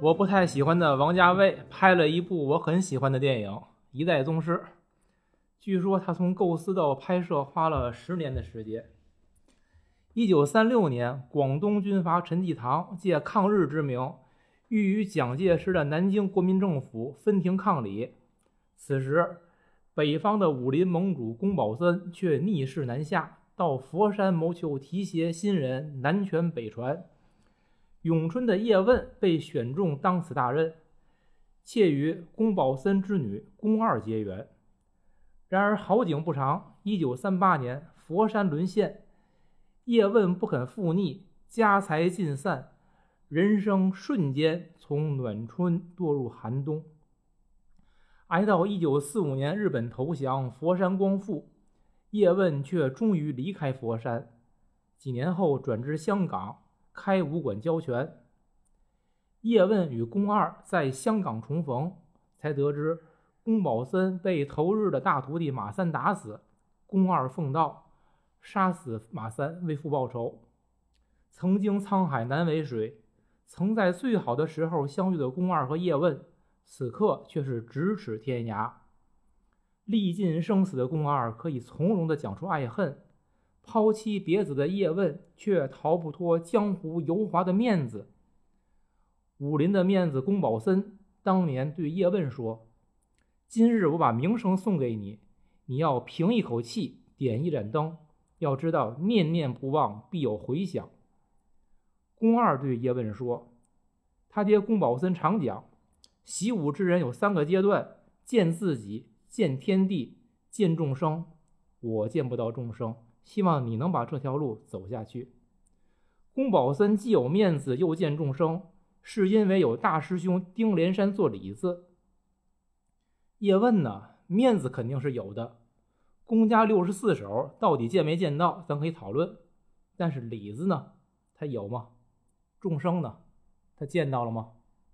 我不太喜欢的王家卫拍了一部我很喜欢的电影《一代宗师》，据说他从构思到拍摄花了10年的时间。1936年，广东军阀陈济棠借抗日之名，欲与蒋介石的南京国民政府分庭抗礼。此时，北方的武林盟主龚宝森却逆势南下，到佛山谋求提携新人，南拳北传。咏春的叶问被选中当此大任，妾与龚宝森之女龚二结缘。然而好景不长，1938年佛山沦陷，叶问不肯复逆，家财尽散，人生瞬间从暖春堕入寒冬。挨到1945年日本投降，佛山光复，叶问却终于离开佛山，几年后转至香港开武馆教拳。叶问与龚二在香港重逢，才得知龚宝森被投日的大徒弟马三打死，龚二奉道杀死马三为父报仇。曾经沧海难为水，曾在最好的时候相遇的龚二和叶问，此刻却是咫尺天涯。历尽生死的龚二可以从容地讲出爱恨，抛妻别子的叶问却逃不脱江湖油滑的面子。武林的面子龚宝森当年对叶问说：今日我把名声送给你，你要凭一口气点一盏灯，要知道念念不忘必有回响。龚二对叶问说，他爹龚宝森常讲，习武之人有3个阶段，见自己，见天地，见众生。我见不到众生，希望你能把这条路走下去。龚宝森既有面子又见众生，是因为有大师兄丁连山做里子。叶问呢，面子肯定是有的，龚家64手到底见没见到咱可以讨论，但是里子呢，他有吗？众生呢，他见到了吗？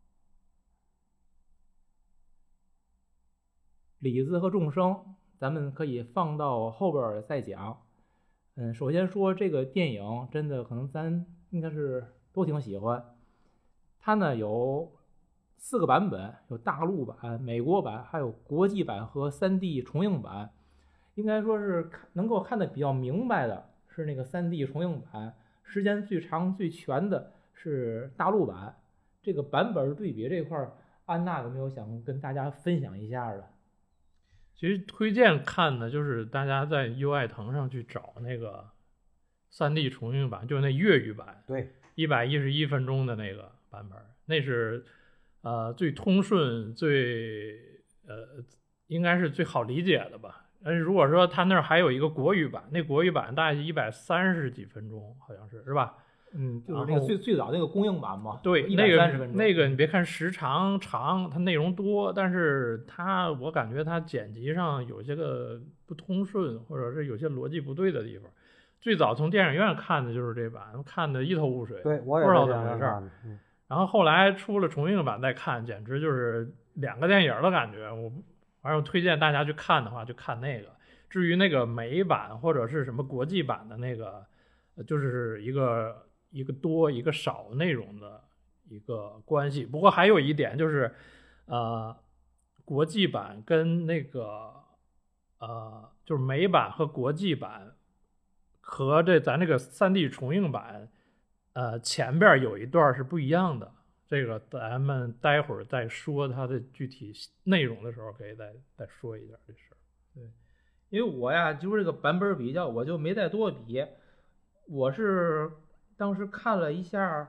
里子和众生咱们可以放到后边再讲。首先说这个电影真的可能咱应该是都挺喜欢。它呢有4个版本，有大陆版、美国版，还有国际版和3D 重映版。应该说是能够看得比较明白的是那个3D 重映版，时间最长最全的是大陆版。这个版本对比这块，安娜有没有想跟大家分享一下的？ 其实推荐看的就是大家在优爱腾上去找那个3D 重映版，就是那粤语版， 对 ，111分钟的那个版本，那是最通顺、最应该是最好理解的吧。但是如果说他那儿还有一个国语版，那国语版大概130几分钟，好像是吧？ 就是那个最早那个公映版嘛。 对， 130分钟那个你别看时长长，它内容多，但是我感觉它剪辑上有些个不通顺，或者是有些逻辑不对的地方。最早从电影院看的就是这版，看的一头雾水， 对，我也不知道怎么回事。然后后来出了重映版再看，简直就是2个电影的感觉。我推荐大家去看的话，就看那个。至于那个美版或者是什么国际版的那个，就是一个多一个少内容的一个关系。不过还有一点就是，国际版跟那个就是美版和国际版和咱这个3D 重映版，前边有一段是不一样的。这个咱们待会儿再说它的具体内容的时候，可以再说一下这事儿。 对，因为我呀，就是这个版本比较，我就没再多比。我是当时看了一下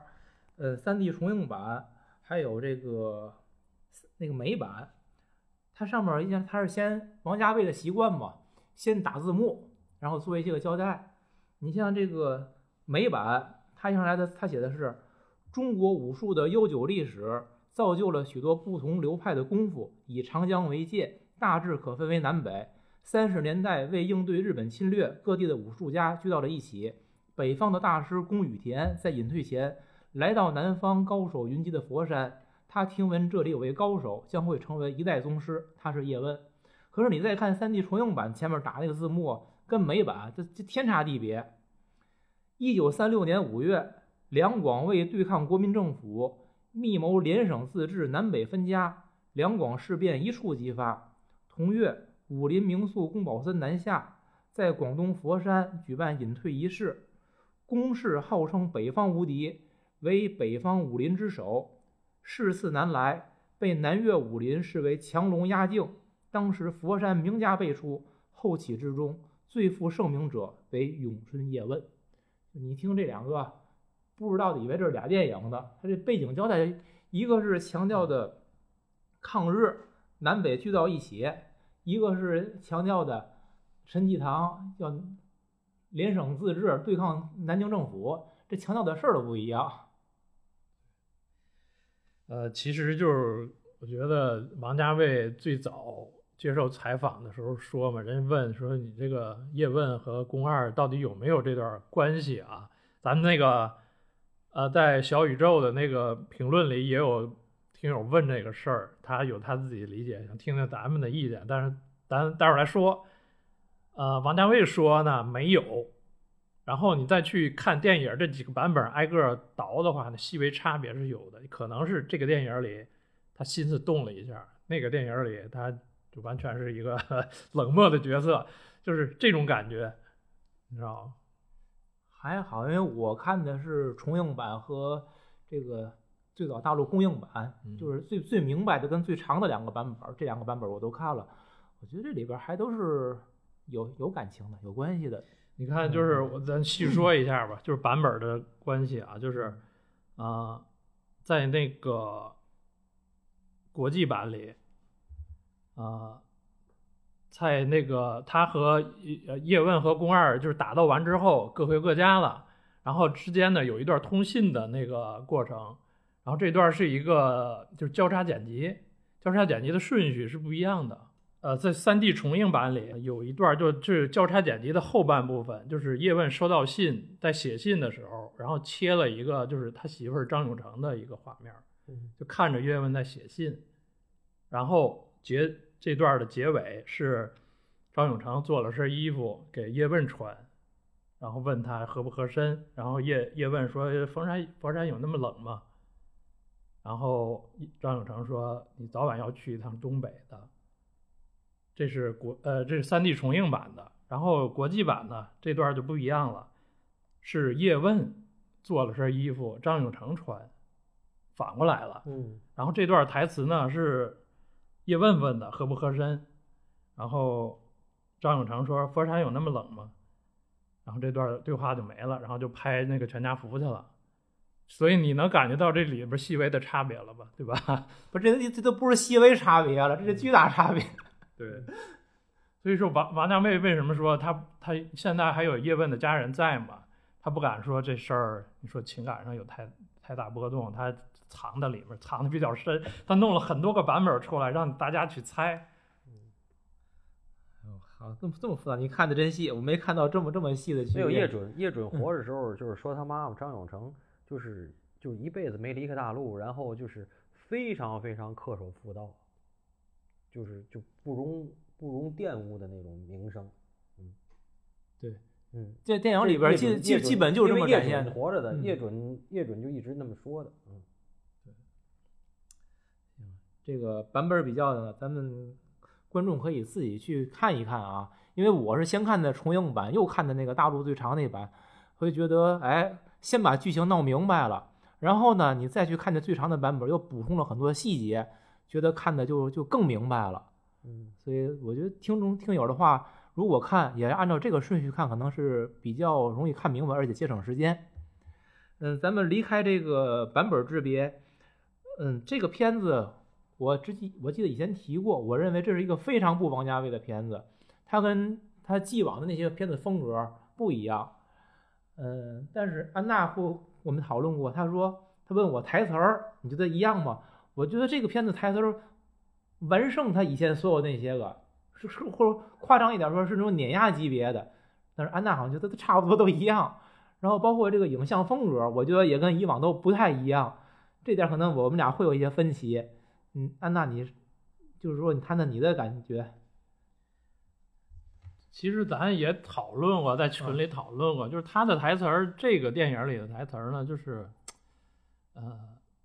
，3D 重映版，还有这个那个美版，它上面一它是先王家卫的习惯嘛，先打字幕，然后做一些个交代。你像这个美版，它上来它写的是中国武术的悠久历史，造就了许多不同流派的功夫，以长江为界，大致可分为南北。30年代为应对日本侵略，各地的武术家聚到了一起。北方的大师宫羽田在隐退前来到南方高手云集的佛山，他听闻这里有位高手将会成为1代宗师，他是叶问。可是你再看3D 重映版，前面打那个字幕跟美版这天差地别。1936年5月，两广为对抗国民政府， 密谋联省自治，南北分家，两广事变一触即发。同月，武林名宿龚宝森南下，在广东佛山举办隐退仪式。龚氏号称北方无敌，为北方武林之首，世次南来，被南越武林视为强龙压境。当时佛山名家辈出，后起之中最负盛名者为咏春叶问。你听这两个不知道的以为这是俩电影的，它这背景交代，一个是强调的抗日南北聚到一起，一个是强调的陈济棠要联省自治对抗南京政府，这强调的事儿都不一样。 其实就是我觉得王家卫最早接受采访的时候说嘛，人家问说你这个叶问和宫二到底有没有这段关系啊？咱们那个在小宇宙的那个评论里也有听友问这个事儿，他有他自己理解，想听听咱们的意见，但是咱待会儿来说。王家卫说呢没有，然后你再去看电影这几个版本挨个倒的话，那细微差别是有的，可能是这个电影里他心思动了一下，那个电影里他就完全是一个冷漠的角色，就是这种感觉，你知道吗？ 还好，因为我看的是重映版和这个最早大陆公映版，就是最明白的跟最长的两个版本，这两个版本我都看了，我觉得这里边还都是有感情的，有关系的。 你看，就是咱细说一下吧，就是版本的关系啊，就是在那个国际版里，在那个他和叶问和宫二就是打斗完之后各回各家了，然后之间呢有一段通信的那个过程，然后这段是一个就是交叉剪辑的顺序是不一样的。在 3D 重映版里有一段就是交叉剪辑的后半部分，就是叶问收到信，在写信的时候，然后切了一个就是他媳妇儿张永成的一个画面，就看着叶问在写信，然后这段的结尾是张永成做了身衣服给叶问穿，然后问他合不合身，然后叶问说佛山有那么冷吗？然后张永成说你早晚要去一趟东北的。这是这是 3D 重映版的，然后国际版呢这段就不一样了，是叶问做了身衣服，张永成穿，反过来了。然后这段台词呢是叶问问的合不合身，然后张永成说佛山有那么冷吗？然后这段对话就没了，然后就拍那个全家福去了。所以你能感觉到这里边细微的差别了吧？对吧？ 不是，这都不是细微差别了，这是巨大差别。 对，所以说王家卫为什么说他现在还有叶问的家人在嘛？他不敢说这事儿，你说情感上有太大波动，他藏在里面，藏的比较深，他弄了很多个版本出来让大家去猜。 好，这么复杂，你看的真细，我没看到这么细的区别。 没有叶准活着时候，就是说他妈妈张永成就一辈子没离开大陆，然后就是非常非常恪守妇道。就不容玷污的那种名声， 对，这电影里边基本就这么展现的。 活着的叶准就一直那么说的， 对。这个版本比较的呢，咱们观众可以自己去看一看啊，因为我是先看的重映版，又看的那个大陆最长那版，会觉得先把剧情闹明白了，然后呢，你再去看这最长的版本，又补充了很多细节。觉得看的就更明白了，所以我觉得听友的话，如果看也按照这个顺序看，可能是比较容易看明白，而且节省时间。咱们离开这个版本之别，这个片子我记得以前提过，我认为这是一个非常不王家卫的片子，它跟他既往的那些片子风格不一样。但是安娜我们讨论过，他问我台词儿，你觉得一样吗？我觉得这个片子台词完胜他以前所有那些个，或者夸张一点说是那种碾压级别的，但是安娜好像觉得差不多都一样。然后包括这个影像风格，我觉得也跟以往都不太一样，这点可能我们俩会有一些分歧。安娜，你就是说你谈谈你的感觉。 其实咱也讨论过，在群里讨论过，就是他的台词儿，这个电影里的台词儿呢，就是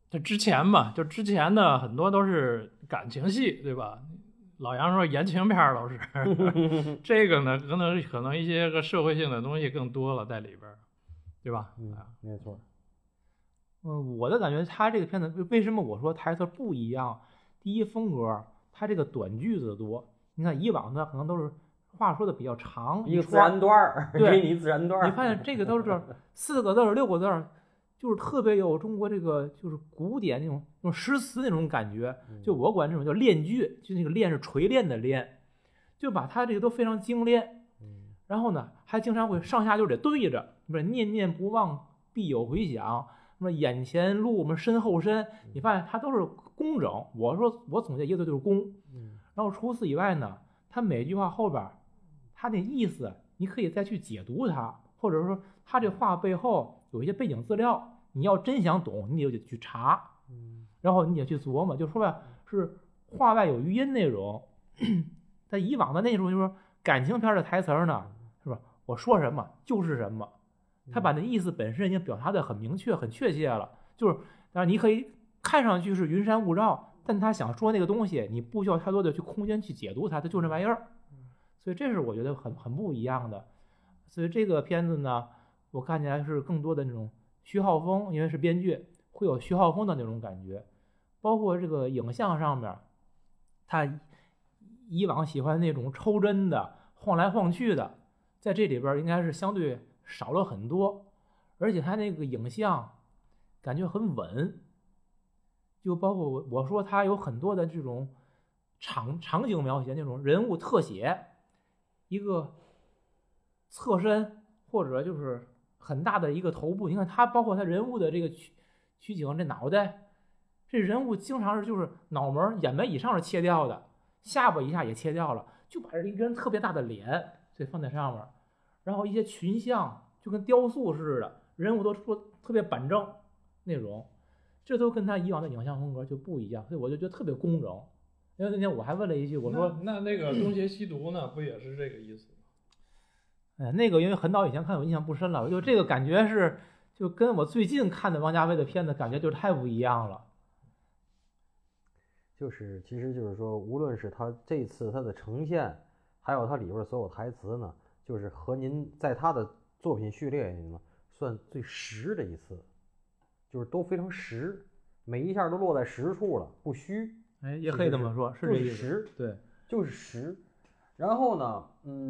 就之前嘛，就之前的很多都是感情戏，对吧？老杨说言情片都是，这个呢，可能一些个社会性的东西更多了在里边，对吧？ 没错。 我的感觉，他这个片子为什么我说台词不一样？第一，风格，他这个短句子多。你看以往的可能都是话说的比较长， 一个自然段儿， 对， 给你自然段儿。 你发现这个都是4个字儿、6个字儿，就是特别有中国这个就是古典那种诗词那种感觉。就我管这种叫练句，就那个练是锤炼的练，就把他这个都非常精炼。然后呢，还经常会上下就得对着，不是念念不忘必有回响。什么眼前路，我们身后身，你发现它都是工整。我说我总结一个就是工。然后除此以外呢，它每句话后边，它那意思你可以再去解读它，或者说它这话背后有一些背景资料，你要真想懂，你就得去查，然后你也去琢磨。就说白是话外有余音那种。在以往的那种就是说感情片的台词呢，是吧？我说什么就是什么。他把那意思本身已经表达的很明确、很确切了，就是当然你可以看上去是云山雾罩，但他想说那个东西，你不需要太多的去空间去解读它，它就那玩意儿。所以这是我觉得很不一样的。所以这个片子呢，我看起来是更多的那种徐浩峰，因为是编剧，会有徐浩峰的那种感觉。包括这个影像上面，他以往喜欢那种抽帧的、晃来晃去的，在这里边应该是相对少了很多，而且他那个影像感觉很稳，就包括我说他有很多的这种场景描写，那种人物特写，一个侧身或者就是很大的一个头部，你看他包括他人物的这个取景，这脑袋，这人物经常是就是脑门眼眉以上是切掉的，下巴以下也切掉了，就把一个人特别大的脸就放在上面。然后一些群像就跟雕塑似的，人物都说特别板正那种，这都跟他以往的影像风格就不一样，所以我就觉得特别工整。因为那天我还问了一句，我说那个东邪西毒呢，不也是这个意思吗？ 那个因为很早以前看我印象不深了，就这个感觉是就跟我最近看的王家卫的片子感觉就太不一样了。 就是其实就是说，无论是他这次他的呈现，还有他里边所有台词呢，就是和您在他的作品序列里呢算最实的一次，就是都非常实，每一下都落在实处了，不虚。 也可以这么说，是这意思。 实， 对， 就是实。然后呢，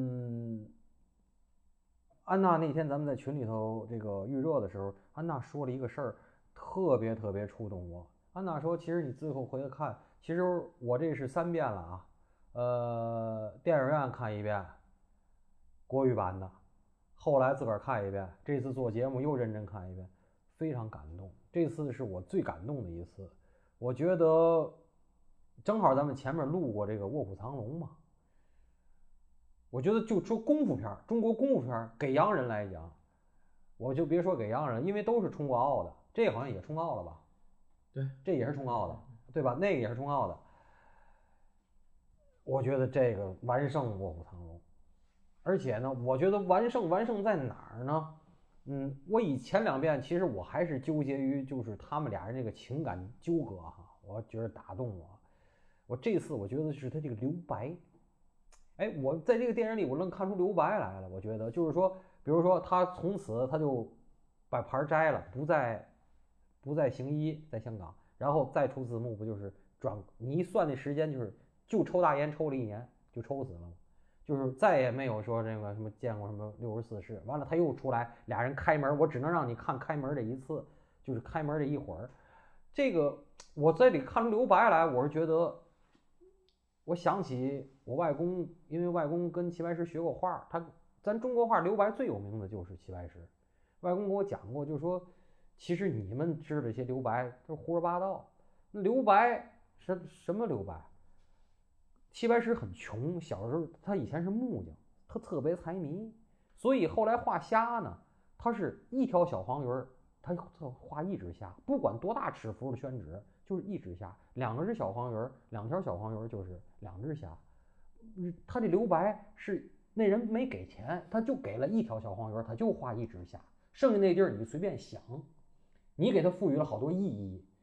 安娜那天咱们在群里头这个预热的时候，安娜说了一个事儿，特别触动我。安娜说，其实你最后回来看，其实我这是3遍了啊，电影院看1遍，国语版的，后来自个儿看1遍，这次做节目又认真看1遍，非常感动。这次是我最感动的一次，我觉得正好咱们前面录过这个《卧虎藏龙》嘛，我觉得就说功夫片，中国功夫片给洋人来讲，我就别说给洋人，因为都是冲过奥的，这好像也冲奥了吧？ 对， 这也是冲奥的，对吧？那个也是冲奥的。我觉得这个完胜《卧虎藏龙》，而且呢，我觉得完胜在哪儿呢？我以前2遍其实我还是纠结于就是他们俩人这个情感纠葛哈，我觉得打动我。我这次我觉得是他这个留白，我在这个电影里我能看出留白来了。我觉得就是说，比如说他从此他就把牌摘了，不再行医，在香港，然后再出字幕，不就是你一算那时间就抽大烟抽了1年就抽死了吗？就是再也没有说这个什么见过什么64世，完了他又出来俩人开门，我只能让你看开门这一次，就是开门这一会儿。这个我在里看出留白来，我是觉得我想起我外公，因为外公跟齐白石学过画，咱中国画留白最有名的就是齐白石。外公跟我讲过，就是说其实你们知道这些留白都是胡说八道。那留白什么留白？齐白石很穷，小时候他以前是木匠，他特别财迷，所以后来画虾呢，他是一条小黄鱼，他画一只虾，不管多大尺幅的宣纸，就是一只虾；2只小黄鱼，2条小黄鱼就是2只虾。他这留白是那人没给钱，他就给了1条小黄鱼，他就画1只虾，剩下那地儿你随便想，你给他赋予了好多意义。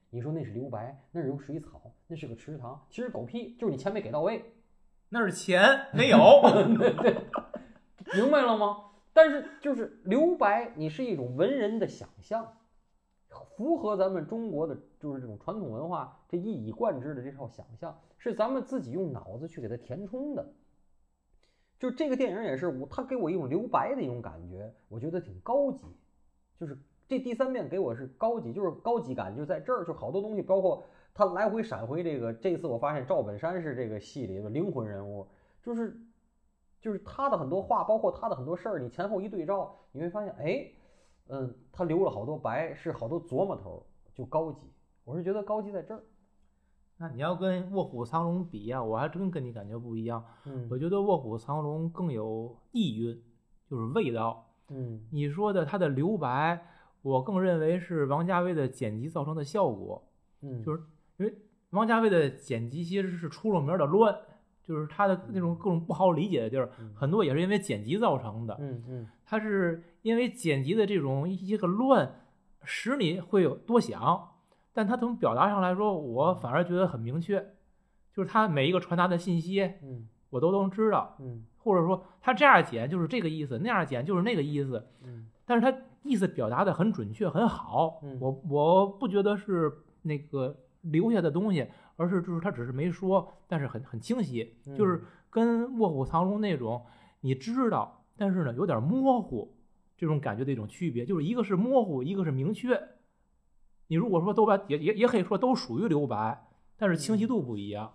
你说那是留白，那是有水草，那是个池塘，其实狗屁，就是你钱没给到位， 那是钱没有， 对，明白了吗？但是就是留白，你是一种文人的想象，符合咱们中国的就是这种传统文化这一以贯之的这套想象，是咱们自己用脑子去给它填充的。就这个电影也是他给我一种留白的一种感觉，我觉得挺高级。就是这第三遍给我是高级，就是高级感就在这儿，就好多东西，包括他来回闪回这次我发现赵本山是这个戏里的灵魂人物，就是他的很多话，包括他的很多事儿，你前后一对照，你会发现，哎，他留了好多白，是好多琢磨头，就高级。我是觉得高级在这儿。 那你要跟卧虎藏龙比啊，我还真跟你感觉不一样。我觉得卧虎藏龙更有意蕴，就是味道。你说的他的留白，我更认为是王家卫的剪辑造成的效果。就是因为王家卫的剪辑其实是出了名的乱，就是他的那种各种不好理解的地儿，很多也是因为剪辑造成的。他是因为剪辑的这种一些个乱，使你会有多想。但他从表达上来说，我反而觉得很明确，就是他每一个传达的信息，我都能知道，或者说他这样剪就是这个意思，那样剪就是那个意思，但是他意思表达的很准确很好，我不觉得是那个留下的东西，而是就是他只是没说，但是很清晰，就是跟卧虎藏龙那种你知道，但是呢有点模糊这种感觉的一种区别，就是一个是模糊，一个是明确。你如果说都把也可以说都属于留白，但是清晰度不一样。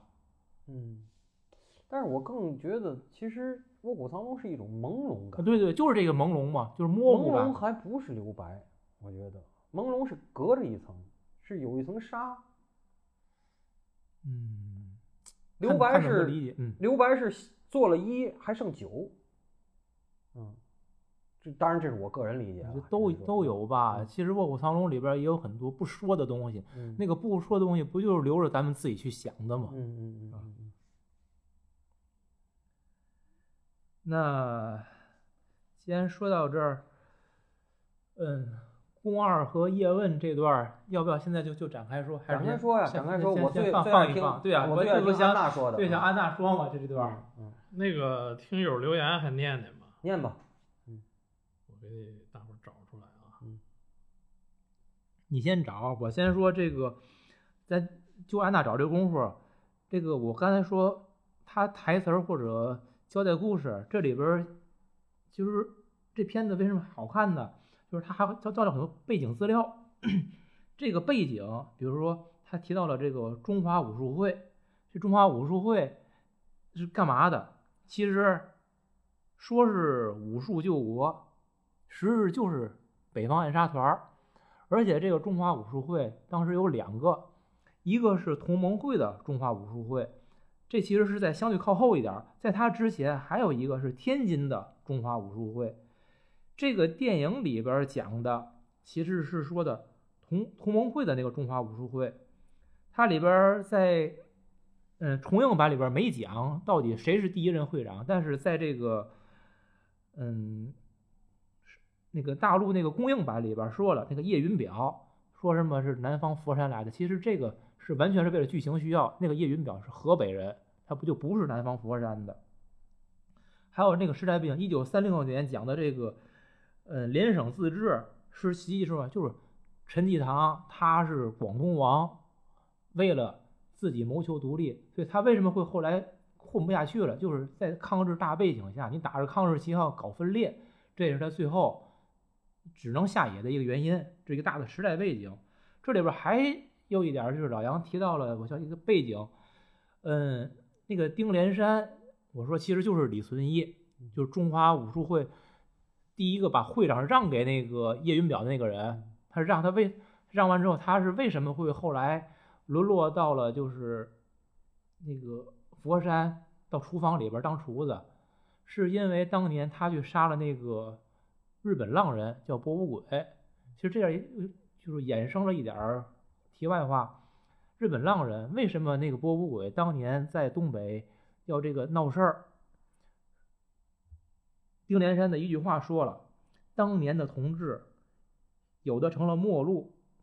但是我更觉得其实卧虎藏龙是一种朦胧感。 对对，就是这个朦胧嘛，就是模糊感。 朦胧还不是留白，我觉得朦胧是隔着一层，是有一层纱。留白是留白是做了1还剩9。当然这是我个人理解， 都有吧。其实《卧虎藏龙》里边也有很多不说的东西，那个不说的东西不就是留着咱们自己去想的吗？那既然说到这儿，宫二和叶问这段要不要现在就展开说？ 展开说呀，展开说。我最放一放，对呀， 我最爱听安娜说的， 对，像安娜说嘛，这段。 那个听友留言还念吧？ 念吧。 我给大伙找出来啊。 你先找，我先说这个，在就安娜找这个功夫，这个我刚才说他台词或者交代故事，这里边就是这片子为什么好看呢？就是他还交代了很多背景资料。这个背景，比如说他提到了这个中华武术会，这中华武术会是干嘛的？其实说是武术救国，实质就是北方暗杀团。而且这个中华武术会当时有2个，一个是同盟会的中华武术会，这其实是在相对靠后一点，在它之前还有一个是天津的中华武术会。这个电影里边讲的其实是说的同盟会的那个中华武术会，它里边在重映版里边没讲到底谁是第1任会长，但是在这个那个大陆那个公映版里边说了，那个叶云表说什么是南方佛山来的，其实这个是完全是为了剧情需要，那个叶云表是河北人，他不是南方佛山的。还有那个时代背景，1936年讲的这个联省自治时期是吧？就是陈济棠他是广东王，为了自己谋求独立，所以他为什么会后来混不下去了？就是在抗日大背景下，你打着抗日旗号搞分裂，这也是他最后只能下野的一个原因，这一个大的时代背景。这里边还有一点就是老杨提到了，我像一个背景，那个丁连山，我说其实就是李存一，就是中华武术会第1个把会长让给那个叶云表的那个人，他让完之后，他是为什么会后来沦落到了就是那个佛山到厨房里边当厨子，是因为当年他去杀了那个日本浪人叫博武鬼。其实这样就是衍生了一点题外话，日本浪人为什么那个博武鬼当年在东北要这个闹事儿？丁连山的一句话说了，当年的同志有的成了末路，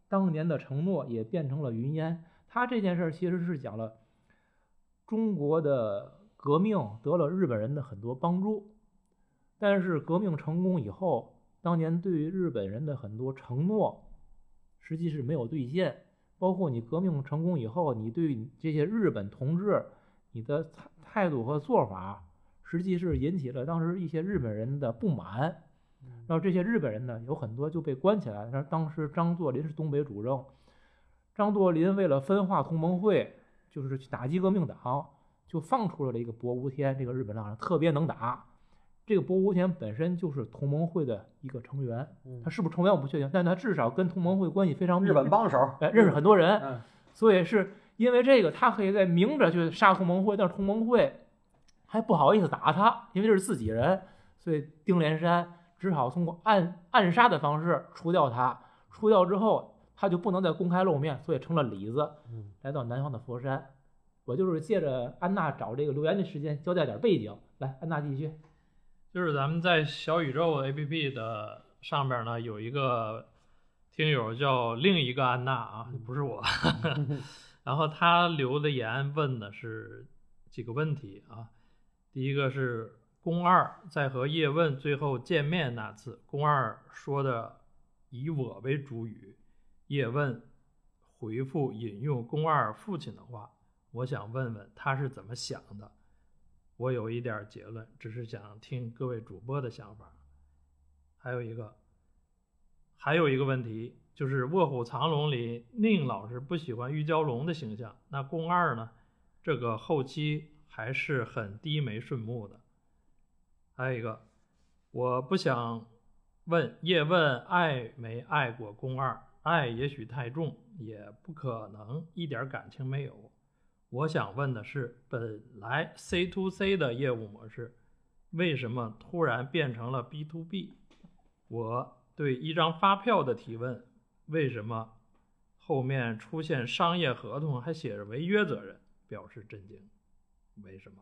当年的承诺也变成了云烟。他这件事儿其实是讲了中国的革命得了日本人的很多帮助，但是革命成功以后，当年对于日本人的很多承诺实际是没有兑现，包括你革命成功以后，你对这些日本同志你的态度和做法，实际是引起了当时一些日本人的不满。然后这些日本人呢，有很多就被关起来了。当时张作霖是东北主政，张作霖为了分化同盟会，就是去打击革命党，就放出了这个薄无天这个日本浪人，特别能打。这个薄无天本身就是同盟会的一个成员，他是不是成员我不确定，但他至少跟同盟会关系非常密切， 日本帮手， 认识很多人，所以是因为这个，他可以在明着去杀同盟会，但是同盟会还不好意思打他，因为这是自己人，所以丁连山只好通过暗杀的方式除掉他。除掉之后，他就不能再公开露面，所以成了里子，来到南方的佛山。我就是借着安娜找这个留言的时间，交代点背景。来，安娜继续。 就是咱们在小宇宙 APP 的上边呢，有一个听友叫另一个安娜啊，不是我。然后他留的言问的是几个问题啊。第一个是宫二在和叶问最后见面那次，宫二说的以我为主语，叶问回复引用宫二父亲的话，我想问问他是怎么想的。我有一点结论，只是想听各位主播的想法。还有一个问题，就是《卧虎藏龙》里宁老师不喜欢玉娇龙的形象，那宫二呢？这个后期还是很低眉顺目的。还有一个，我不想问叶问爱没爱过宫二，爱也许太重，也不可能一点感情没有。我想问的是，本来 C to C 的业务模式，为什么突然变成了 B to B？ 我对一张发票的提问，为什么后面出现商业合同还写着违约责任，表示震惊。为什么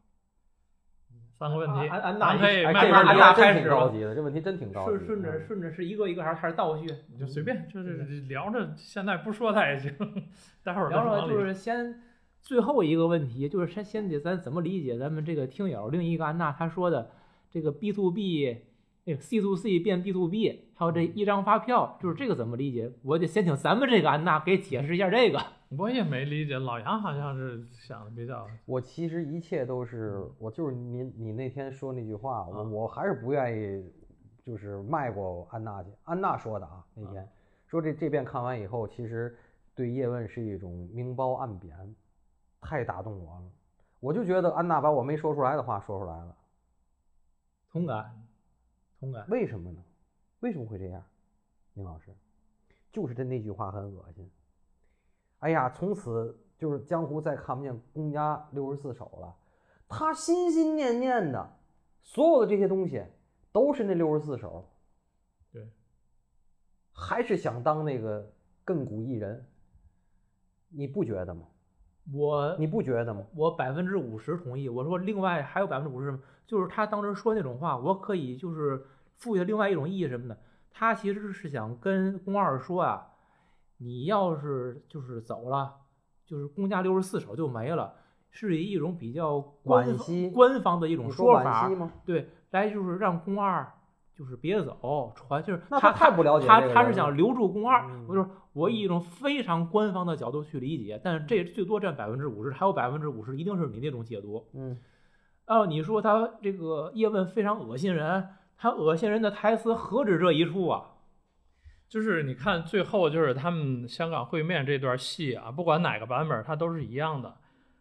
？3个问题， 安娜可以这慢慢问题聊。 真挺高级的，这问题真挺高级。 顺着是一个一个还是倒叙？ 你就随便，就是聊着，现在不说它也行。待会儿聊着就是先最后一个问题，就是先得咱怎么理解咱们这个听友另一个安娜他说的这个 B to B， 那个 C to C 变 B to B， 还有这一张发票，就是这个怎么理解？我得先请咱们这个安娜给解释一下这个。 我也没理解，老杨好像是想的比较。 我其实一切都是，我就是你那天说那句话，我还是不愿意，就是迈过安娜去。安娜说的啊，那天说这遍看完以后，其实对叶问是一种明褒暗贬，太打动我了。我就觉得安娜把我没说出来的话说出来了。 同感。 为什么呢？为什么会这样？宁老师，就是他那句话很恶心。哎呀，从此就是江湖再看不见公家64手了。他心心念念的所有的这些东西都是那64手， 对， 还是想当那个亘古一人，你不觉得吗？你不觉得吗？ 我50%同意。我说另外还有50%，就是他当时说那种话，我可以就是赋予另外一种意义什么的。他其实是想跟宫二说啊，你要是就是走了，就是公家64手就没了，是以一种比较官方的一种说法，对，来就是让宫二就是别走，就是那他太不了解他是想留住宫二。我以一种非常官方的角度去理解，但是这最多占50%，还有50%一定是你那种解读。你说他这个叶问非常恶心人，他恶心人的台词何止这一处啊？ 就是你看最后就是他们香港会面这段戏啊，不管哪个版本它都是一样的，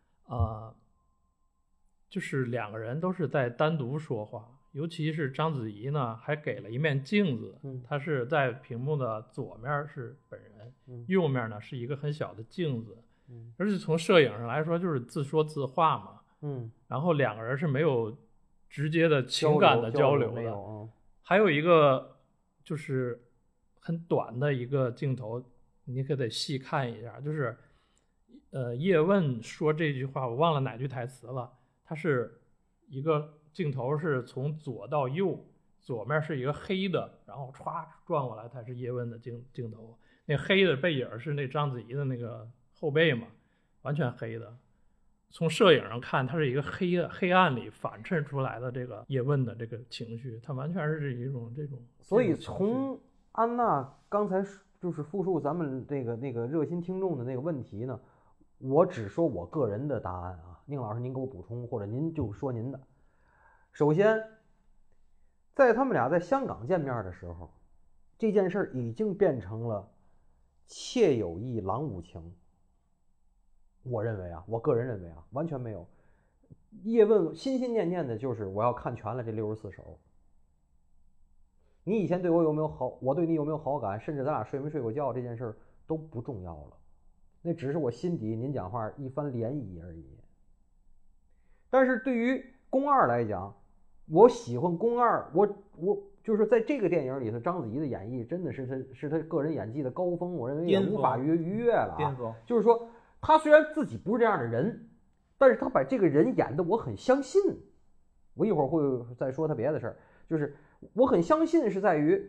就是两个人都是在单独说话，尤其是章子怡呢还给了一面镜子，她是在屏幕的左面是本人，右面呢是一个很小的镜子，而且从摄影上来说就是自说自话嘛，然后两个人是没有直接的情感的交流的。还有一个就是很短的一个镜头，你可得细看一下，就是叶问说这句话，我忘了哪句台词了，它是一个镜头是从左到右，左面是一个黑的，然后歘转过来，它是叶问的镜头， 那黑的背影是那章子怡的那个后背嘛，完全黑的。从摄影上看，它是一个黑暗里反衬出来的这个叶问的这个情绪，它完全是一种这种。 所以从安娜刚才就是复述咱们那个热心听众的那个问题呢，我只说我个人的答案啊，宁老师您给我补充，或者您就说您的。首先，在他们俩在香港见面的时候，这件事已经变成了妾有意郎无情。我认为啊，我个人认为啊，完全没有。叶问心心念念的就是我要看全了这64手。你以前对我有没有好，我对你有没有好感，甚至咱俩睡没睡过觉，这件事都不重要了，那只是我心底您讲话一番涟漪而已。但是对于宫二来讲，我喜欢宫二，我就是在这个电影里头，章子怡的演绎真的是他个人演技的高峰，我认为也无法逾越了啊。就是说，他虽然自己不是这样的人，但是他把这个人演的我很相信。我一会儿会再说他别的事儿，就是我很相信是在于，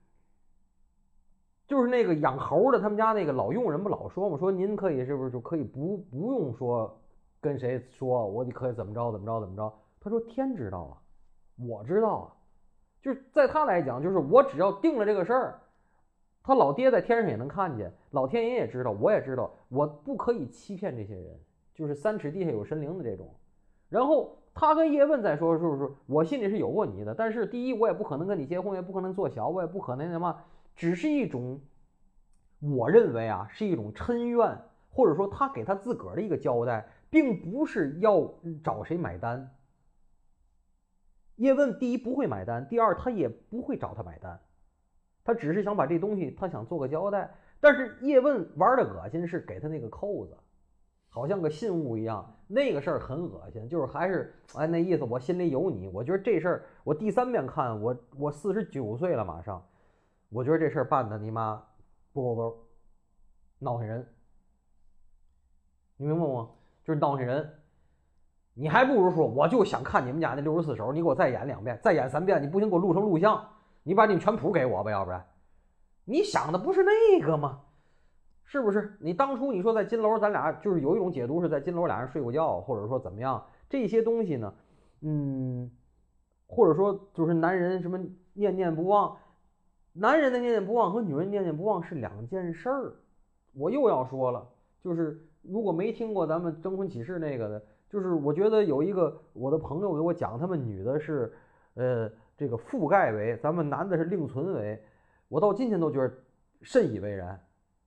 就是那个养猴的他们家那个老佣人不老说嘛，说您可以是不是就可以不用说跟谁说，我可以怎么着，他说天知道啊，我知道啊，就是在他来讲，就是我只要定了这个事儿，他老爹在天上也能看见，老天爷也知道，我也知道，我不可以欺骗这些人，就是3尺地下有神灵的这种。然后他跟叶问再说，是我心里是有过你的，但是第一我也不可能跟你结婚，也不可能做小，我也不可能什么，只是一种我认为啊是一种嗔怨，或者说他给他自个儿的一个交代，并不是要找谁买单。叶问第一不会买单，第二他也不会找他买单，他只是想把这东西他想做个交代。但是叶问玩的恶心是给他那个扣子，好像个信物一样，那个事儿很恶心，就是还是那意思我心里有你。我觉得这事儿我第3遍看，我49岁了马上，我觉得这事儿办的你妈不够兜，闹腾人，你明白吗？就是闹腾人。你还不如说我就想看你们家那64手，你给我再演2遍，再演3遍，你不行给我录成录像，你把你们全谱给我吧，要不然你想的不是那个吗？是不是？你当初你说在金楼咱俩就是有一种解读是在金楼俩人睡过觉，或者说怎么样，这些东西呢或者说就是男人什么念念不忘，男人的念念不忘和女人念念不忘是2件事儿。我又要说了，就是如果没听过咱们征婚启事那个的，就是我觉得有一个我的朋友给我讲，他们女的是这个覆盖为，咱们男的是另存为，我到今天都觉得甚以为然。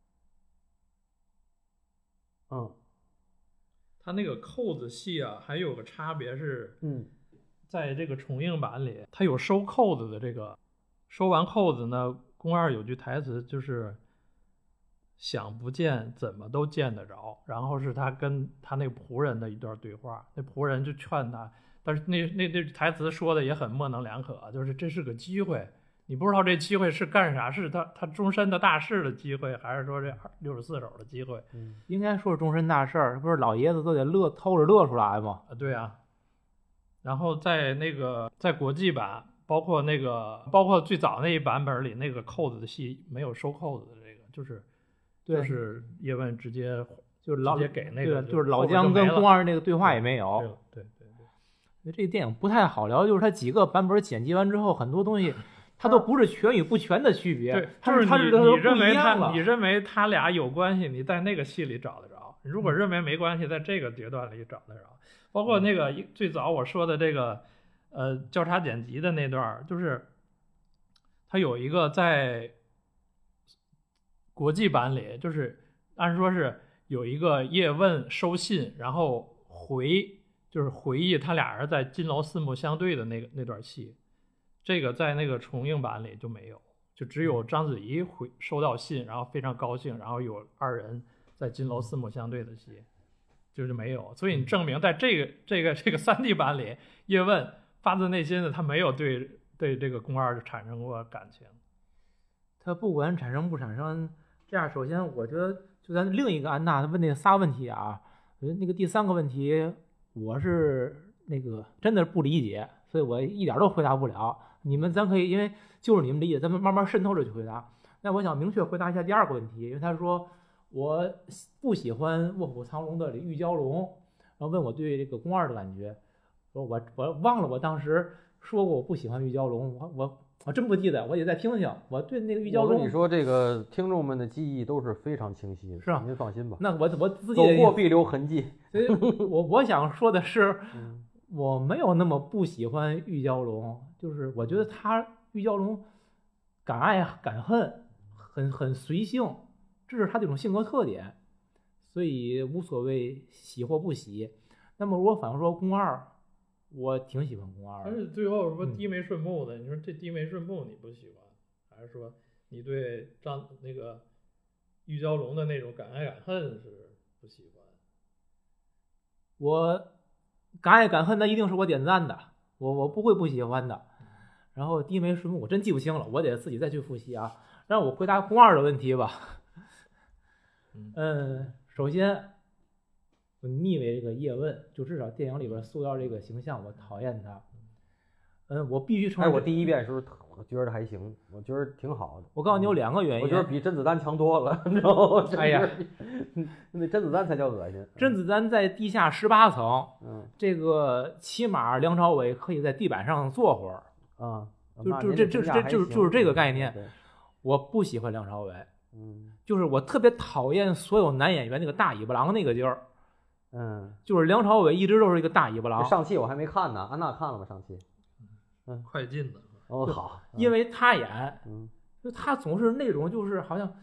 他那个扣子戏啊，还有个差别是，在这个重映版里，他有收扣子的这个，收完扣子呢，宫二有句台词就是想不见怎么都见得着，然后是他跟他那个仆人的一段对话，那仆人就劝他，但是那台词说的也很模棱两可，就是这是个机会，你不知道这机会是干啥，是他终身的大事的机会，还是说这64手的机会？ 应该说是终身大事儿，不是老爷子都得偷着乐出来吗？ 对啊。然后在国际版，包括最早那一版本里那个扣子的戏没有收扣子的这个，就是叶问直接给那个， 就是老姜跟宫二那个对话也没有。 对。 这个电影不太好聊，就是它几个版本剪辑完之后，很多东西它都不是全与不全的区别。 对， 就是你认为他俩有关系，你在那个戏里找得着；如果认为没关系，在这个阶段里找得着。包括那个最早我说的这个交叉剪辑的那段，就是它有一个在国际版里，就是按说是有一个叶问收信，然后就是回忆他俩人在金楼四目相对的那段戏，这个在那个重映版里就没有，就只有章子怡收到信，然后非常高兴，然后有2人在金楼四目相对的戏，就是没有。所以你证明在这个 3D 版里，叶问发自内心的他没有对这个宫二产生过感情。 他不管产生不产生，这样首先我觉得就咱另一个安娜问那仨问题啊，我觉得那个第3个问题我是那个真的不理解，所以我一点都回答不了。咱可以因为就是你们理解，咱们慢慢渗透着去回答。 那我想明确回答一下第二个问题，因为他说我不喜欢《卧虎藏龙》的玉娇龙，然后问我对这个宫二的感觉，说我忘了我当时说过我不喜欢玉娇龙，我真不记得，我得再听听。我对那个玉娇龙， 我跟你说，这个听众们的记忆都是非常清晰的， 是啊， 您放心吧。 那我自己走过必留痕迹。 所以我想说的是，我没有那么不喜欢玉娇龙，就是我觉得玉娇龙敢爱敢恨，很随性，这是他这种性格特点，所以无所谓喜或不喜。那么如果反过说宫二，我挺喜欢宫二的。 而且最后说低眉顺目的，你说这低眉顺目你不喜欢，还是说你对那个玉娇龙的那种敢爱敢恨是不喜欢？ 我敢爱敢恨，那一定是我点赞的，我不会不喜欢的。然后低眉顺目，我真记不清了，我得自己再去复习啊。让我回答宫二的问题吧。首先我腻味这个叶问，就至少电影里边塑造这个形象，我讨厌他。我必须承认， 我第一遍的时候我觉得还行，我觉得挺好的。 我告诉你有2个原因， 我觉得比甄子丹强多了，你知道吗？ 哎呀， 那甄子丹才叫恶心。 甄子丹在地下18层，这个起码梁朝伟可以在地板上坐会儿啊， 就是这个概念。我不喜欢梁朝伟，就是我特别讨厌所有男演员那个大尾巴狼那个劲儿。就是梁朝伟一直都是一个大尾巴狼。 上汽我还没看呢，安娜看了吗？上汽？ 快进的。 哦，好， 因为他演，就他总是那种就是好像，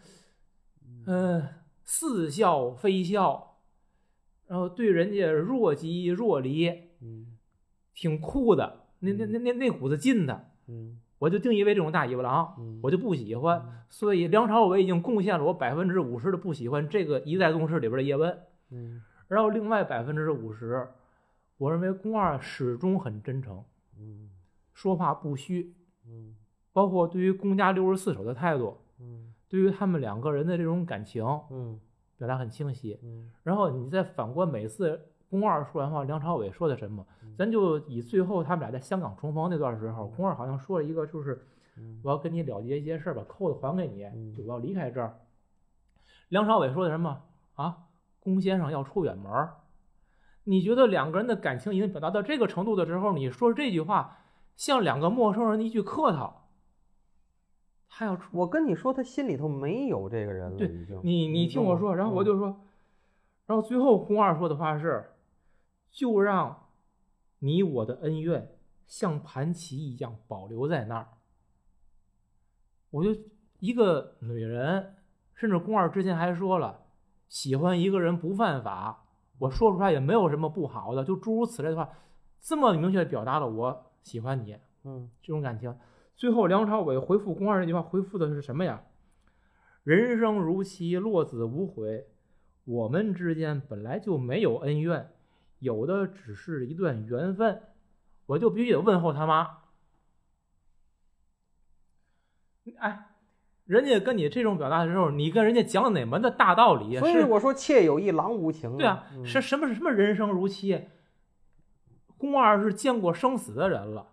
似笑非笑，然后对人家若即若离，挺酷的，那股子劲的，我就定义为这种大尾巴狼，我就不喜欢。所以梁朝伟已经贡献了我50%的不喜欢这个《一代宗师》里边的叶问，然后另外50%，我认为宫二始终很真诚，说话不虚，包括对于宫家64手的态度，对于他们2个人的这种感情，表达很清晰。然后你再反观每次宫二说完话，梁朝伟说的什么，咱就以最后他们俩在香港重逢那段时候，宫二好像说了一个，就是我要跟你了结一些事儿，把扣子还给你，就我要离开这儿。梁朝伟说的什么啊？宫先生要出远门。你觉得2个人的感情已经表达到这个程度的时候，你说这句话像2个陌生人的一句客套。他要出， 我跟你说，他心里头没有这个人了，已经。 你听我说，然后我就说，然后最后宫二说的话是，就让你我的恩怨像盘棋一样保留在那儿。我就一个女人，甚至宫二之前还说了，喜欢一个人不犯法，我说出来也没有什么不好的，就诸如此类的话，这么明确的表达了我喜欢你，这种感情。最后梁朝伟回复宫二这句话回复的是什么呀？人生如棋，落子无悔，我们之间本来就没有恩怨，有的只是一段缘分。我就必须得问候他妈。哎，人家跟你这种表达的时候，你跟人家讲哪门的大道理？ 所以我说妾有意，郎无情。 对啊，什么人生如棋？宫二是见过生死的人了。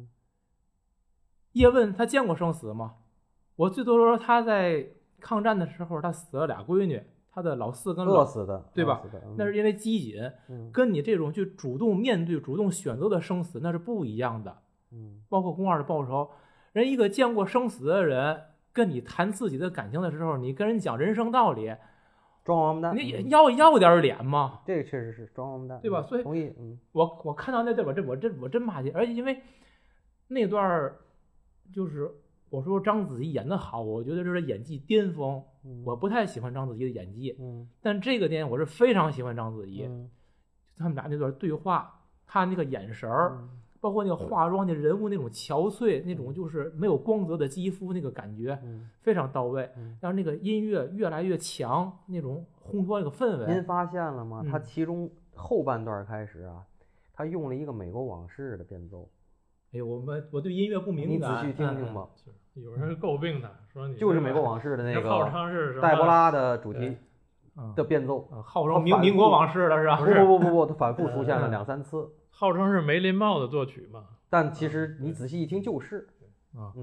叶问他见过生死吗？我最多说他在抗战的时候，他死了2闺女，他的老4跟饿死的， 对吧？那是因为机警，跟你这种去主动面对、主动选择的生死那是不一样的。包括宫二的报仇，人一个见过生死的人跟你谈自己的感情的时候，你跟人讲人生道理， 装王八蛋， 你要点脸吗？ 这个确实是装王八蛋， 对吧？所以同意。 我看到那段我真骂街，而且因为那段就是我说章子怡演得好，我觉得这是演技巅峰。我不太喜欢章子怡的演技，但这个电影我是非常喜欢章子怡。他们俩那段对话，他那个眼神儿，包括那个化妆的人物那种憔悴，那种就是没有光泽的肌肤那个感觉，非常到位。然后那个音乐越来越强，那种烘托那个氛围。 您发现了吗？他其中后半段开始啊，他用了一个美国往事的变奏。 哎呦，我对音乐不敏感， 你仔细听听吧。 有人诟病他说你就是美国往事的那个号称是黛波拉的主题的变奏， 号称民国往事了是吧？ 不，他反复出现了2、3次， 号称是梅林茂的作曲嘛。 但其实你仔细一听就是，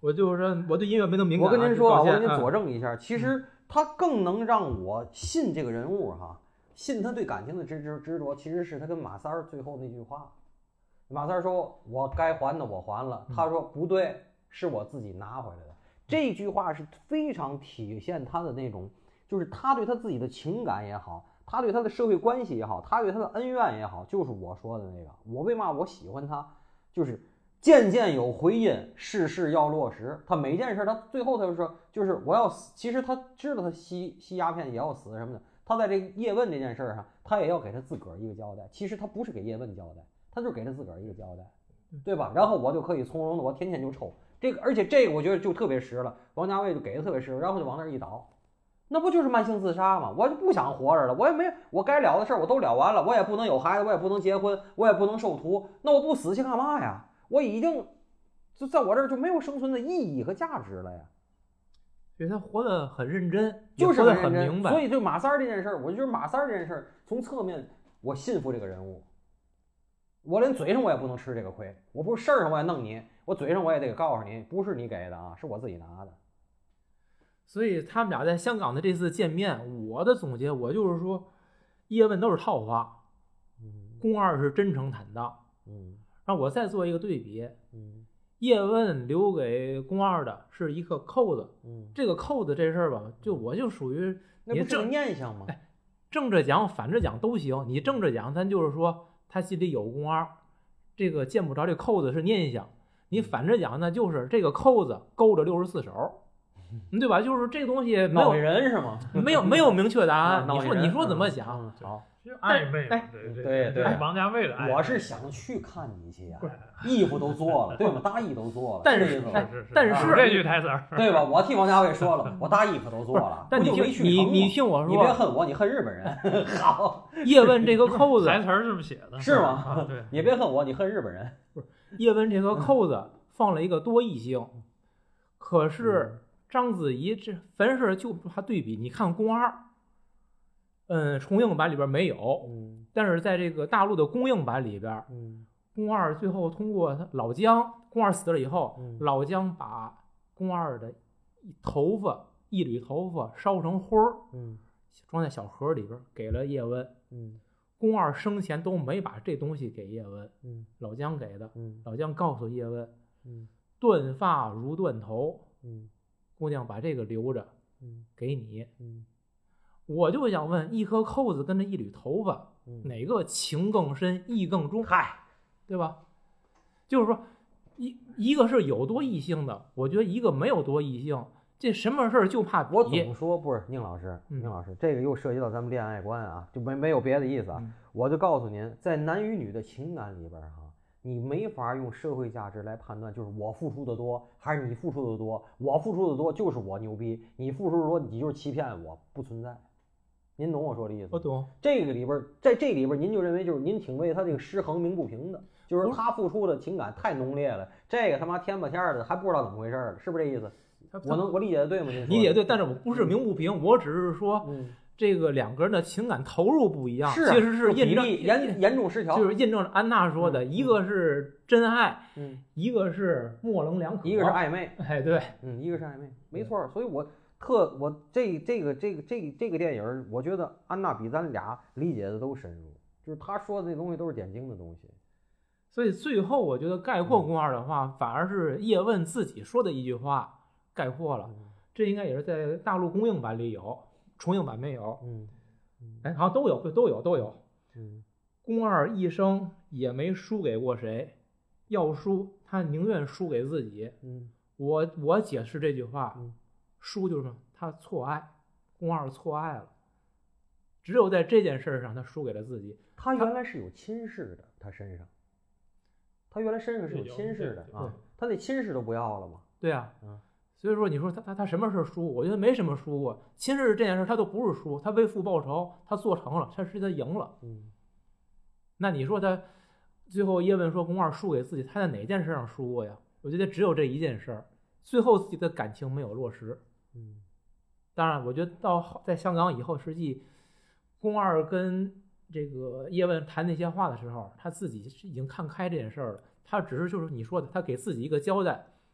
我就是说我对音乐没那么敏感。 我跟您说，我跟您佐证一下，其实他更能让我信这个人物哈，信他对感情的执着，其实是他跟马三儿最后那句话。马三儿说：“我该还的我还了。”他说：“不对，是我自己拿回来的。”这句话是非常体现他的那种，就是他对他自己的情感也好，他对他的社会关系也好，他对他的恩怨也好，就是我说的那个，我为嘛我喜欢他，就是件件有回音，事事要落实。他每件事他最后他就说，就是我要死。其实他知道他吸鸦片也要死什么的，他在这个叶问这件事上，他也要给他自个儿一个交代。其实他不是给叶问交代，他就是给他自个儿一个交代，对吧？然后我就可以从容的，我天天就抽这个，而且这个我觉得就特别实了，王家卫就给的特别实，然后就往那儿一倒。那不就是慢性自杀吗？我就不想活着了，我也没我该了的事儿我都了完了，我也不能有孩子，我也不能结婚，我也不能受徒，那我不死去干嘛呀？我已经就在我这儿就没有生存的意义和价值了呀。 所以他活得很认真， 就是活得很明白。 所以就马三儿这件事儿，我就觉得马三儿这件事儿从侧面我信服这个人物。我连嘴上我也不能吃这个亏，我不是事儿上我也弄你，我嘴上我也得告诉你，不是你给的啊，是我自己拿的。 所以他们俩在香港的这次见面，我的总结我就是说，叶问都是套话，宫二是真诚坦荡。然后我再做一个对比，叶问留给宫二的是一个扣子，这个扣子这事儿吧，我就属于那不是个念想吗？ 正着讲反着讲都行。你正着讲，咱就是说他心里有宫二，这个见不着这扣子是念想；你反着讲，那就是这个扣子勾着64手。对吧？就是这个东西没有人是吗？ 没有明确答案。你说怎么想？ 好， 暧昧。 对， 王家卫的暧昧。 我是想去看你去呀，衣服都做了，对吗？大衣都做了。 但是这句台词， 对吧？我替王家卫说了，我大衣服都做了。 但你听我说， 你别恨我，你恨日本人。好， 叶问这个扣子台词是不是写的？ 是吗？ 对， 你别恨我，你恨日本人。 不是叶问这个扣子放了一个多异性，可是。章子怡这凡事就他对比，你看宫二，重映版里边没有，但是在这个大陆的公映版里边，宫二最后通过他老姜，宫二死了以后，老姜把宫二的一缕头发烧成灰儿，装在小盒里边给了叶问，宫二生前都没把这东西给叶问，老姜给的，老姜告诉叶问，断发如断头，姑娘把这个留着，给你。我就想问，一颗扣子跟这一缕头发，哪个情更深，义更重？ 嗨， 对吧？就是说，一个是有多异性的，我觉得一个没有多异性。这什么事儿就怕比。 我总说不是宁老师，这个又涉及到咱们恋爱观啊，就没有别的意思啊。我就告诉您，在男与女的情感里边哈。你没法用社会价值来判断，就是我付出的多还是你付出的多。我付出的多就是我牛逼，你付出的多你就是欺骗我，不存在。您懂我说的意思？ 我懂。 这个里边，在这里边，您就认为就是您挺为他这个失衡鸣不平的，就是他付出的情感太浓烈了，这个他妈天吧天的还不知道怎么回事了，是不是这意思？我理解的对吗？ 你理解对，但是我不是鸣不平，我只是说。这个两个人的情感投入不一样， 其实是比例严重失调， 就是印证了安娜说的，一个是真爱，一个是模棱两可， 一个是暧昧， 哎，对， 一个是暧昧，没错。所以我这个电影，我觉得安娜比咱俩理解的都深入，就是他说的那东西都是点睛的东西。 所以最后我觉得概括宫二的话，反而是叶问自己说的一句话概括了，这应该也是在大陆公映版里有。重映版没有，好像都有。宫二一生也没输给过谁，要输他宁愿输给自己。我解释这句话，输就是他错爱，宫二错爱了，只有在这件事上他输给了自己。 他原来是有亲事的，他身上，他原来身上是有亲事的啊，他那亲事都不要了嘛？ 对啊。所以说，你说他什么事输？我觉得没什么输过。亲事这件事他都不是输，他为父报仇，他做成了，他赢了。那你说他最后叶问说宫二输给自己，他在哪件事上输过呀？我觉得只有这一件事，最后自己的感情没有落实。当然，我觉得在香港以后，实际宫二跟这个叶问谈那些话的时候，他自己已经看开这件事了。他只是就是你说的，他给自己一个交代。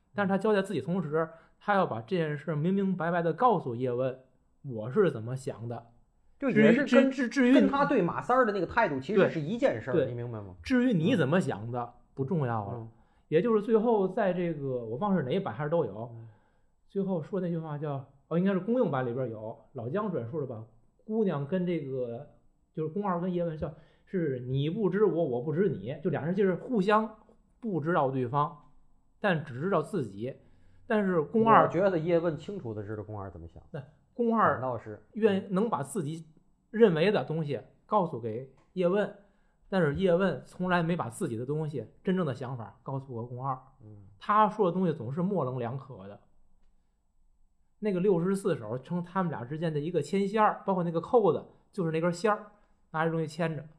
但是他交代自己同时，他要把这件事明明白白的告诉叶问，我是怎么想的。 就也是至于跟他对马三儿的那个态度其实对是一件事儿， 对你明白吗？ 至于你怎么想的不重要了。也就是最后在这个我忘是哪一版还是都有，最后说那句话叫应该是公映版里边有老姜转述的吧，姑娘跟这个就是宫二跟叶问叫是你不知我，我不知你，就俩人就是互相不知道对方，但只知道自己。但是宫二觉得叶问清楚的知道宫二怎么想， 宫二倒是能把自己认为的东西告诉给叶问，但是叶问从来没把自己的东西真正的想法告诉过宫二。他说的东西总是模棱两可的。那个64手称他们俩之间的一个牵线儿，包括那个扣子就是那根线儿，拿这东西牵着。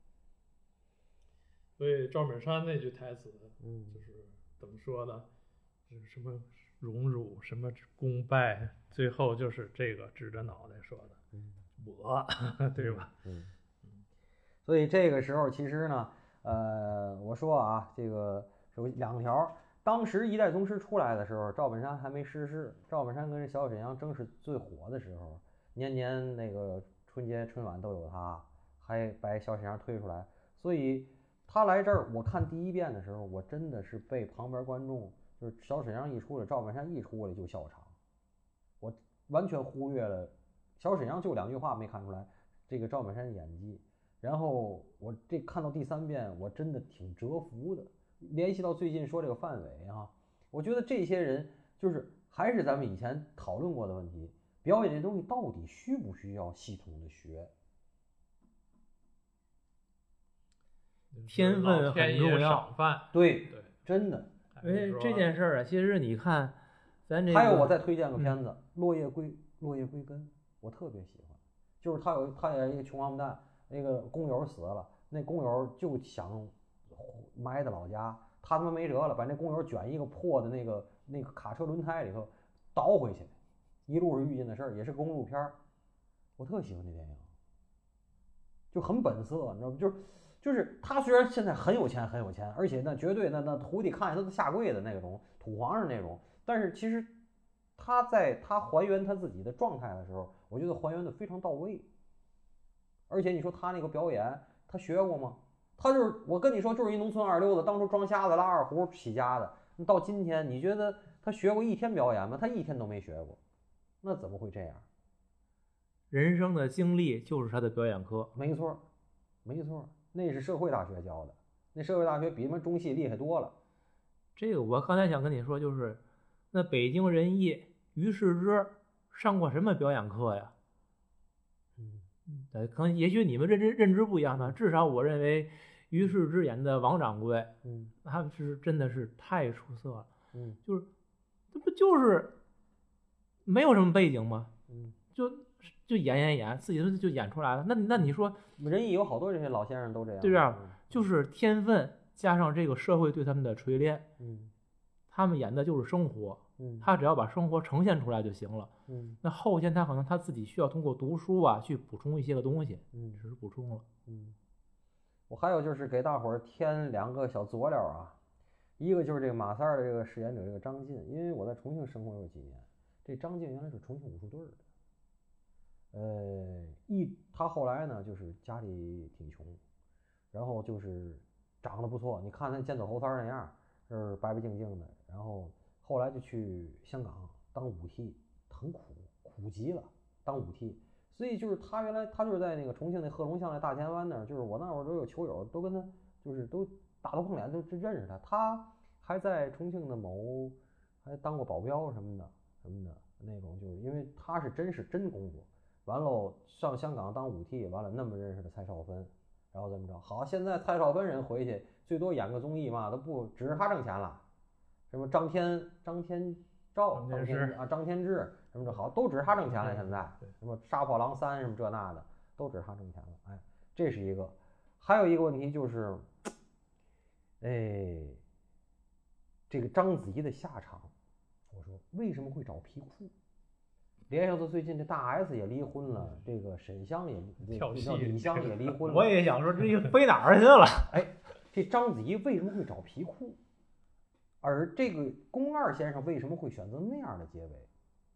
所以赵本山那句台词，就是怎么说呢？就是什么荣辱，什么功败，最后就是这个指着脑袋说的，我，对吧？ 所以这个时候其实呢，我说啊，这个有2条。当时一代宗师出来的时候，赵本山还没逝世，赵本山跟小沈阳正是最火的时候，年年那个春节春晚都有他，还把小沈阳推出来。所以他来这儿，我看第一遍的时候，我真的是被旁边观众，就是小沈阳一出来，赵本山一出来就笑场，我完全忽略了小沈阳就2句话没看出来这个赵本山的演技。然后我这看到第3遍，我真的挺折服的。联系到最近说这个范伟啊，我觉得这些人就是还是咱们以前讨论过的问题，表演这东西到底需不需要系统的学？ 天分很重要， 对，真的。 因为这件事儿啊，其实你看，咱这个还有我再推荐个片子《落叶归根》，我特别喜欢，就是他也一个穷王八蛋，那个工友死了，那工友就想埋在老家，他妈没辙了，把那工友卷一个破的那个卡车轮胎里头倒回去，一路是遇见的事儿，也是公路片，我特喜欢那电影，就很本色，你知道吗？就是他虽然现在很有钱，而且那绝对那徒弟看见他都下跪的那种土皇上那种，但是其实他在他还原他自己的状态的时候，我觉得还原的非常到位。而且你说他那个表演，他学过吗？他就是我跟你说，就是一农村二流子，当初装瞎子拉二胡起家的。到今天，你觉得他学过1天表演吗？他1天都没学过，那怎么会这样？ 人生的经历就是他的表演课。 没错，那是社会大学教的，那社会大学比他们中戏厉害多了。 这个我刚才想跟你说，就是那北京人艺于世之上过什么表演课呀？可能也许你们认知不一样呢，至少我认为于世之演的王掌柜，他是真的是太出色了，就是这不就是没有什么背景吗？就演，自己就演出来了。那你说人艺有好多这些老先生都这样， 对吧？就是天分加上这个社会对他们的锤炼，他们演的就是生活，他只要把生活呈现出来就行了。那后天他可能他自己需要通过读书啊去补充一些个东西，只是补充了。 我还有就是给大伙儿添2个小佐料啊，一个就是这个马三儿的这个饰演者这个张晋，因为我在重庆生活有几年，这张晋原来是重庆武术队的。他后来呢，就是家里挺穷，然后就是长得不错，你看他尖嘴猴腮那样，就是白白净净的，然后后来就去香港当武替，很苦极了，当武替。所以就是他原来他就是在那个重庆那贺龙巷那大前湾那儿，就是我那会儿都有球友都跟他就是都打头碰脸都认识他，他还在重庆的还当过保镖什么的那种，就是因为他是真工作。完喽，上香港当武替，完了那么认识的蔡少芬，然后怎么着？好，现在蔡少芬人回去最多演个综艺嘛，都不只是他挣钱了，什么张天志什么的，好都只是他挣钱了。现在什么杀破狼3什么这那的，都只是他挣钱了。哎，这是一个。还有一个问题就是，这个章子怡的下场，我说为什么会找皮裤？联想到最近这大 S 也离婚了，这个沈香也李湘也离婚了。 我也想说这飞哪儿去了？ 这章子怡为什么会找皮裤？ 而这个宫二先生为什么会选择那样的结尾？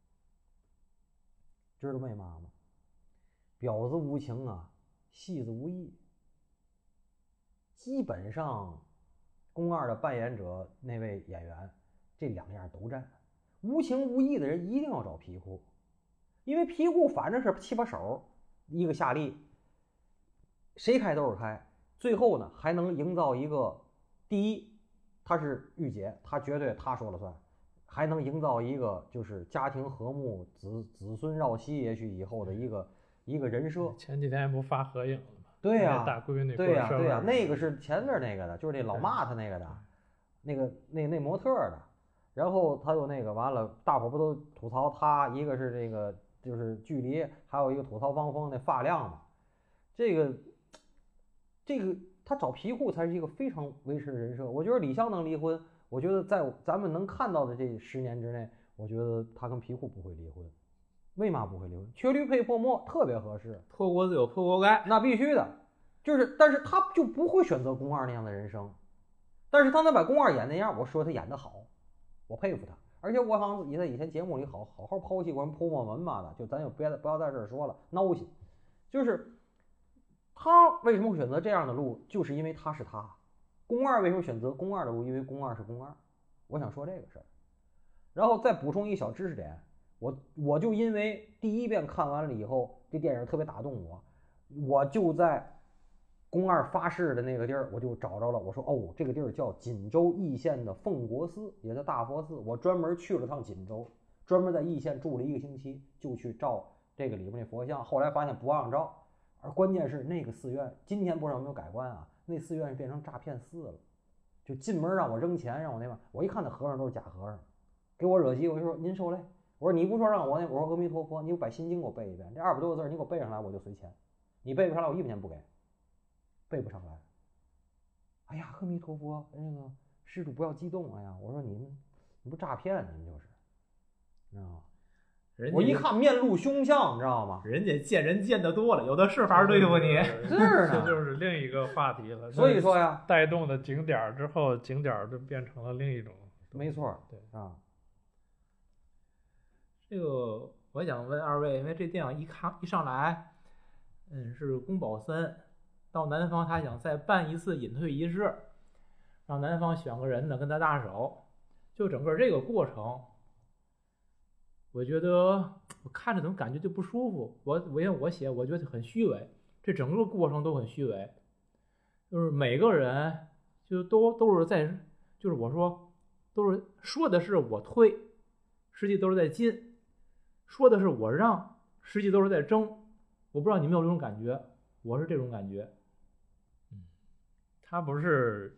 知道为嘛吗？婊子无情啊，戏子无义。基本上，宫二的扮演者那位演员，这两样都占。无情无义的人一定要找皮裤，因为皮裤反正是七八手，一个下力，谁开都是开。最后呢，还能营造一个，第一，他是御姐，他绝对他说了算，还能营造一个就是家庭和睦、子孙绕膝，也许以后的一个人设。 前几天不发合影了吗？ 对呀， 大闺女， 对呀，对呀，那个是前面那个的，就是那老骂他那个的，那模特的。然后他又那个完了，大伙不都吐槽他，一个是这个就是距离，还有一个吐槽汪峰那发量嘛。这个他找皮裤才是一个非常维持的人设。我觉得李湘能离婚，我觉得在咱们能看到的这10年之内，我觉得他跟皮裤不会离婚。为嘛不会离婚？缺驴配破墨特别合适， 破锅子有破锅盖， 那必须的。但是他就不会选择宫二那样的人生。但是他能把宫二演那样，我说他演得好，我佩服他。而且我好像也在以前节目里好好剖析过什么泼墨文嘛的，就咱就不要在这儿说了，闹心。就是他为什么会选择这样的路，就是因为他是他。宫二为什么选择宫二的路？因为宫二是宫二。我想说这个事儿，然后再补充一小知识点。我就因为第一遍看完了以后，这电影特别打动我就在宫二发誓的那个地儿，我就找着了。我说哦，这个地儿叫锦州义县的奉国寺，也叫大佛寺。我专门去了趟锦州，专门在义县住了1个星期，就去照这个里面那佛像。后来发现不让照，而关键是那个寺院今天不知道有没有改观啊？那寺院变成诈骗寺了，就进门让我扔钱，让我那嘛。我一看那和尚都是假和尚，给我惹急，我就说您受累。我说你不说让我那，我说阿弥陀佛，你把心经给我背一遍，这200多个字你给我背上来，我就随钱。你背不上来，我1分钱不给。背不上来。哎呀，阿弥陀佛，那个施主不要激动。哎呀，我说你不诈骗，你们就是，知道吗？我一看面露凶相，你知道吗？ 人家见人见得多了，有的是法对付你。 这就是另一个话题了。 所以说呀， 带动的景点之后，景点就变成了另一种。 没错， 对啊。 这个我想问2位，因为这电影一上来，是宫保森到南方，他想再办一次隐退仪式，让南方选个人呢跟他搭手。就整个这个过程，我觉得我看着怎么感觉就不舒服。因为我觉得很虚伪，这整个过程都很虚伪，就是每个人就都是在，就是我说都是说的是我退，实际都是在进。说的是我让，实际都是在争。我不知道你们有这种感觉，我是这种感觉。 他不是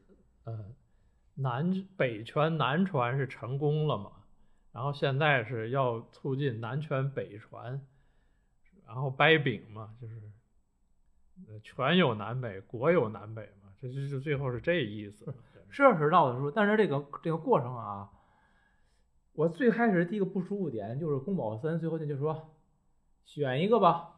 北传南传是成功了嘛？然后现在是要促进南传北传，然后掰饼嘛，就是权有南北，国有南北嘛，这就最后是这意思。 是道的说，但是这个过程啊。我最开始第一个不舒服点就是宫保森最后就说选一个吧，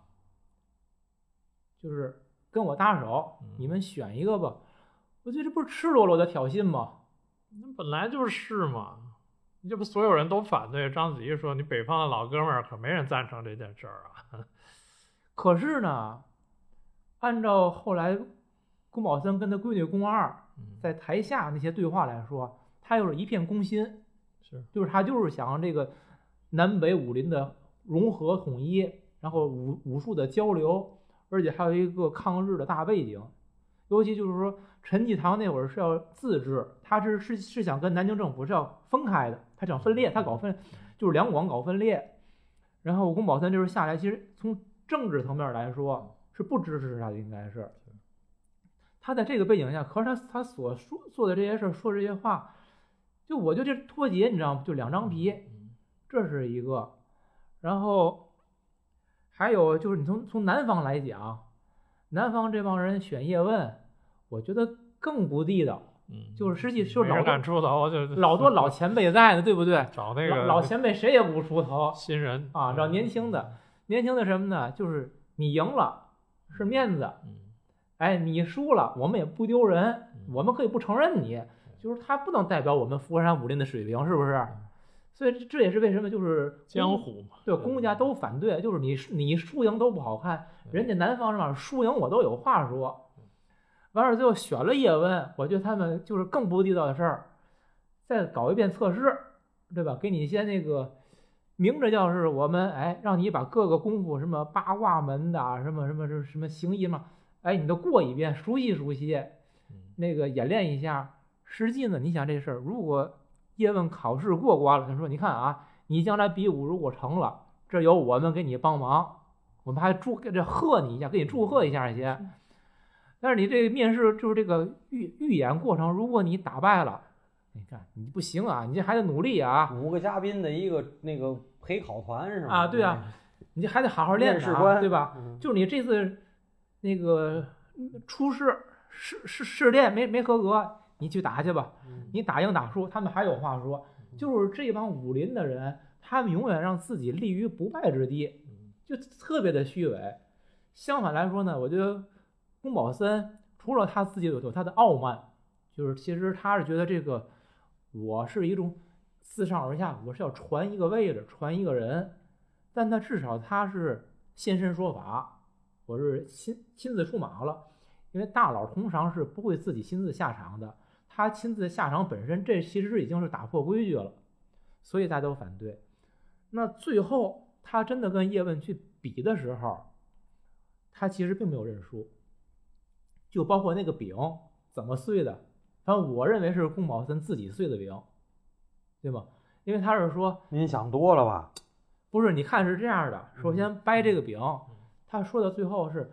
就是跟我搭手，你们选一个吧。我觉得这不是赤裸裸的挑衅吗？ 那本来就是嘛，你这不所有人都反对？章子怡说你北方的老哥们儿可没人赞成这件事儿啊。 可是呢，按照后来宫保森跟他闺女宫二在台下那些对话来说，他又是一片公心。就是他就是想这个南北武林的融合统一，然后武术的交流，而且还有一个抗日的大背景。尤其就是说陈济棠那会儿是要自治，他是想跟南京政府是要分开的，他想分裂，他就是两广搞分裂。然后宫保森就是下来，其实从政治层面来说是不支持他的，应该是他在这个背景下，可是他所做的这些事儿，说这些话。就我就这脱节，你知道吗？就2张皮，这是一个。然后还有就是你从南方来讲，南方这帮人选叶问，我觉得更不地道。就是实际就是老敢出头，就老多老前辈在呢，对不对？ 找那个老前辈谁也不出头， 新人啊，找年轻的什么呢？就是你赢了是面子，哎，你输了我们也不丢人，我们可以不承认你。 就是他不能代表我们福山武林的水平，是不是？所以这也是为什么就是江湖嘛， 对公家都反对，就是你输赢都不好看，人家南方是吧？输赢我都有话说。完了最后选了叶问，我觉得他们就是更不地道的事儿，再搞一遍测试，对吧？给你一些那个明着叫是我们让你把各个功夫什么八卦门的什么形意嘛，你都过一遍，熟悉熟悉，那个演练一下。实际呢，你想这事儿，如果叶问考试过关了，他说你看啊，你将来比武如果成了，这有我们给你帮忙，我们还这贺你一下，给你祝贺一下些。但是你这个面试就是这个预演过程，如果你打败了，你看你不行啊，你这还得努力啊。 5个嘉宾的一个那个陪考团是吗？ 啊，对啊，你这还得好好练啊，对吧？就是你这次那个初试练没合格，你去打去吧。你打赢打输，他们还有话说。就是这帮武林的人，他们永远让自己立于不败之地，就特别的虚伪。相反来说呢，我觉得宫保森除了他自己有他的傲慢，就是其实他是觉得这个我是一种自上而下，我是要传一个位置，传一个人，但他至少他是现身说法，我是亲自出马了。因为大佬通常是不会自己亲自下场的，他亲自下场本身，这其实已经是打破规矩了，所以大家都反对。那最后他真的跟叶问去比的时候，他其实并没有认输，就包括那个饼怎么碎的，反正我认为是宫保森自己碎的饼，对吗？因为他是说您想多了吧？ 不是，你看是这样的，首先掰这个饼，他说的最后是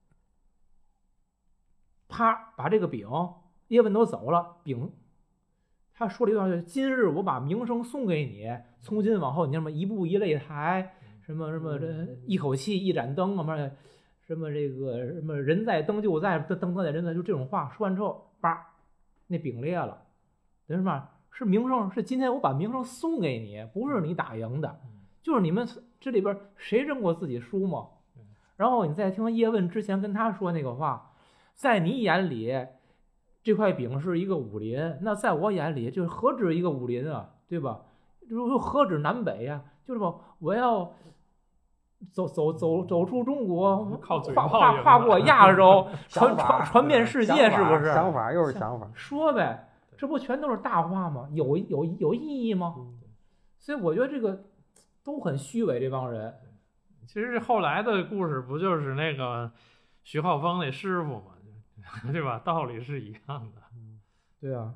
啪把这个饼，叶问都走了，饼他说了一段就是今日我把名声送给你，从今往后你什么一步一擂台，什么这一口气一盏灯啊，什么这个什么人在灯就在，灯在人在，就这种话说完之后，叭，那饼裂了，等于什么？是名声，是今天我把名声送给你，不是你打赢的，就是你们这里边谁认过自己输吗？然后你再听叶问之前跟他说那个话，在你眼里这块饼是一个武林，那在我眼里就是何止一个武林啊，对吧？就何止南北呀、就是吧？我要走出中国， 靠嘴炮跨过亚洲，传遍世界，是不是？ 想法又是想法， 说呗，这不全都是大话吗？有意义吗？所以我觉得这个都很虚伪，这帮人。 其实后来的故事不就是那个徐浩峰那师傅嘛，对吧？道理是一样的。 对啊。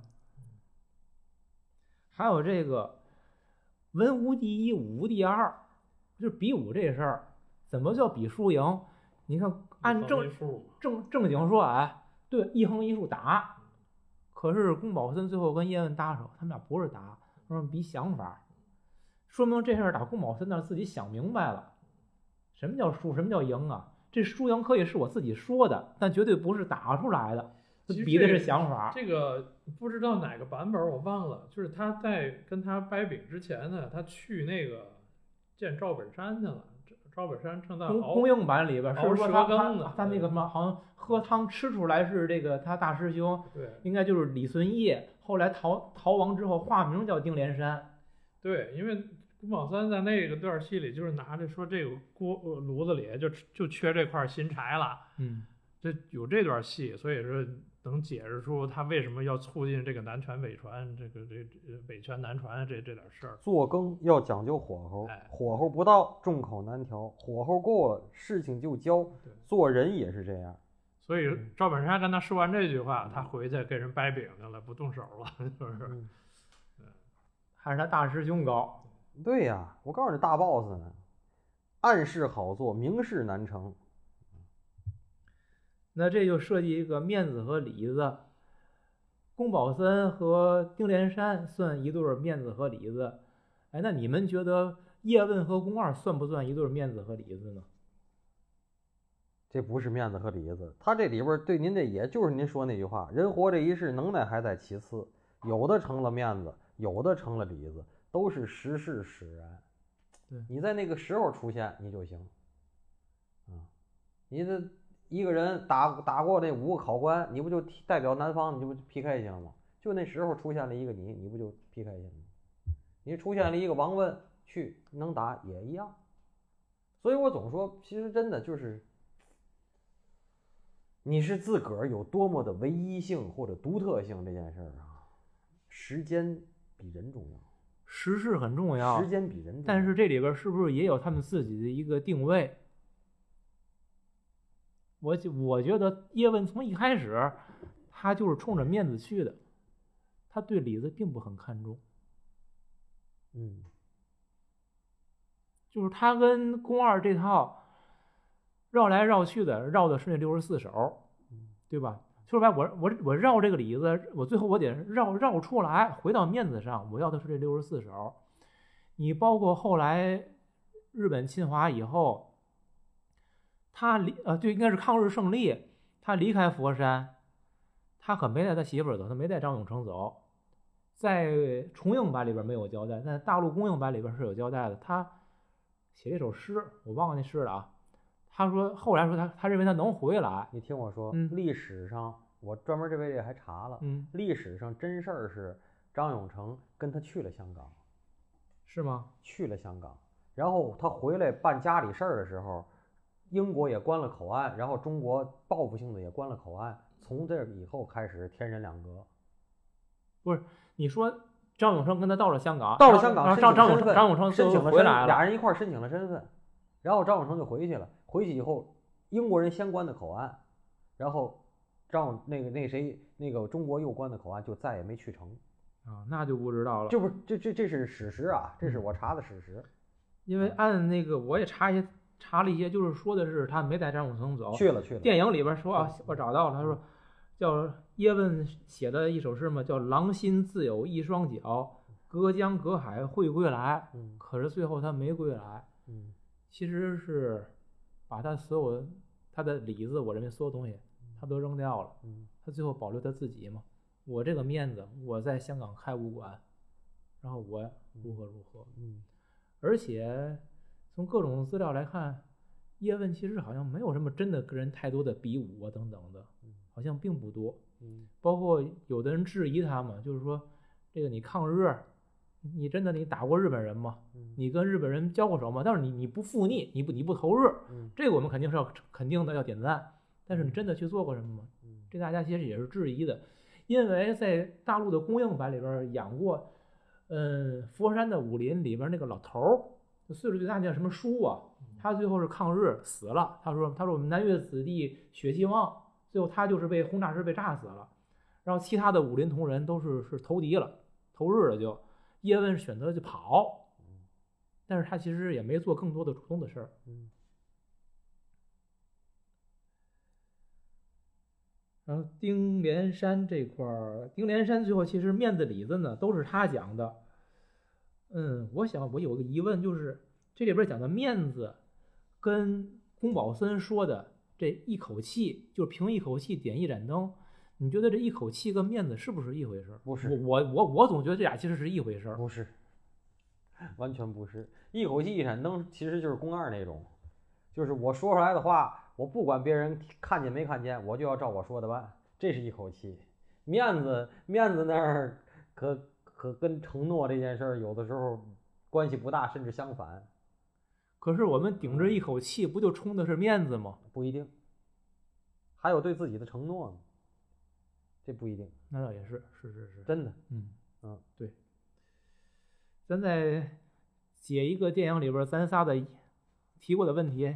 还有这个文无第一，武无第二，就是比武这事儿，怎么叫比输赢？你看按正经说，对，一横一竖打。可是宫保森最后跟叶问搭手，他们俩不是打，说比想法，说明这事儿打宫保森那自己想明白了，什么叫输，什么叫赢啊？这输赢可以是我自己说的，但绝对不是打出来的，比的是想法。 这个不知道哪个版本我忘了，就是他在跟他掰饼之前呢，他去那个见赵本山去了。赵本山正在公映版里边是说他那个什么，好像喝汤吃出来是这个他大师兄， 对， 应该就是李存义，后来逃亡之后化名叫丁连山。 对，因为宫保森在那个段戏里就是拿着说这个炉子里就缺这块新柴了，这有这段戏，所以说能解释出他为什么要促进这个南传北传，这北传南传这点事儿。 做羹要讲究火候，火候不到众口难调，火候够了事情就焦。做人也是这样。 所以赵本山跟他说完这句话，他回去给人掰饼去了，不动手了，是不是？ 还是他大师兄高。 对呀，我告诉你，大 boss 呢，暗事好做，明事难成。 那这就涉及一个面子和里子，宫保森和丁连山算一对面子和里子。那你们觉得叶问和宫二算不算一对面子和里子呢？ 这不是面子和里子，他这里边对您这也就是您说那句话，人活这一世，能耐还在其次，有的成了面子，有的成了里子，都是时势使然。 对， 你在那个时候出现你就行。你这一个人打过这5个考官，你不就代表南方，你就不 PK 行了吗？ 就那时候出现了一个你不就 PK 去了吗？你出现了一个王问去能打也一样。所以我总说，其实真的就是你是自个儿有多么的唯一性或者独特性这件事儿啊，时间比人重要， 时事很重要， 时间比人重要。 但是这里边是不是也有他们自己的一个定位？我觉得叶问从一开始他就是冲着面子去的，他对里子并不很看重。就是他跟宫二这套绕来绕去的，绕的是那64手，对吧？说白，我绕这个里子，我最后我得绕出来，回到面子上，我要的是这64手。你包括后来日本侵华以后，他对，应该是抗日胜利，他离开佛山，他可没带他媳妇儿走，他没带张永成走。在重映版里边没有交代，但大陆公映版里边是有交代的。他写了一首诗，我忘了那诗了啊。他说后来说他认为他能回来。 你听我说，历史上我专门这位还查了，历史上真事儿是张永成跟他去了香港， 是吗？ 去了香港，然后他回来办家里事儿的时候，英国也关了口岸，然后中国报复性的也关了口岸，从这以后开始天人两隔。 不是，你说张永成跟他到了香港， 到了香港， 张永成申请了回来了， 俩人一块申请了身份，然后张永成就回去了。回去以后，英国人先关的口岸，然后那个中国又关的口岸，就再也没去成。 那就不知道了。 这是史实啊，这是我查的史实。 因为按那个我也查了一些，就是说的是他没带张永成走， 去了。 电影里边说啊，我找到了，他说叫叶问写的一首诗嘛，叫狼心自有一双脚，隔江隔海会归来。可是最后他没归来。其实是把他所有他的里子，我认为所有东西他都扔掉了。他最后保留他自己嘛。我这个面子，我在香港开武馆，然后我如何。而且从各种资料来看，叶问其实好像没有什么真的跟人太多的比武啊等等的，好像并不多。包括有的人质疑他嘛，就是说这个你抗日，你真的你打过日本人吗？你跟日本人交过手吗？但是你不负逆，你不投日，这个我们肯定是肯定的要点赞。但是你真的去做过什么吗？这大家其实也是质疑的，因为在大陆的公映版里边演过，佛山的武林里边那个老头儿，岁数最大叫什么叔啊，他最后是抗日死了。他说我们南岳子弟血气旺，最后他就是被轰炸师被炸死了。然后其他的武林同仁都是投敌了，投日了就。叶问选择就跑，但是他其实也没做更多的主动的事儿。然后丁连山这块儿，丁连山最后其实面子里子呢都是他讲的。我有个疑问，就是这里边讲的面子跟宫保森说的这一口气，就凭一口气点一盏灯，你觉得这一口气跟面子是不是一回事？ 不是， 我总觉得这俩其实是一回事。 不是，完全不是。一口气一盏灯其实就是宫二那种，就是我说出来的话，我不管别人看见没看见，我就要照我说的办，这是一口气。面子那儿可跟承诺这件事儿有的时候关系不大，甚至相反。 可是我们顶着一口气，不就冲的是面子吗？ 不一定，还有对自己的承诺呢。这不一定。 那倒也是真的。 对。咱再解一个电影里边咱仨的提过的问题。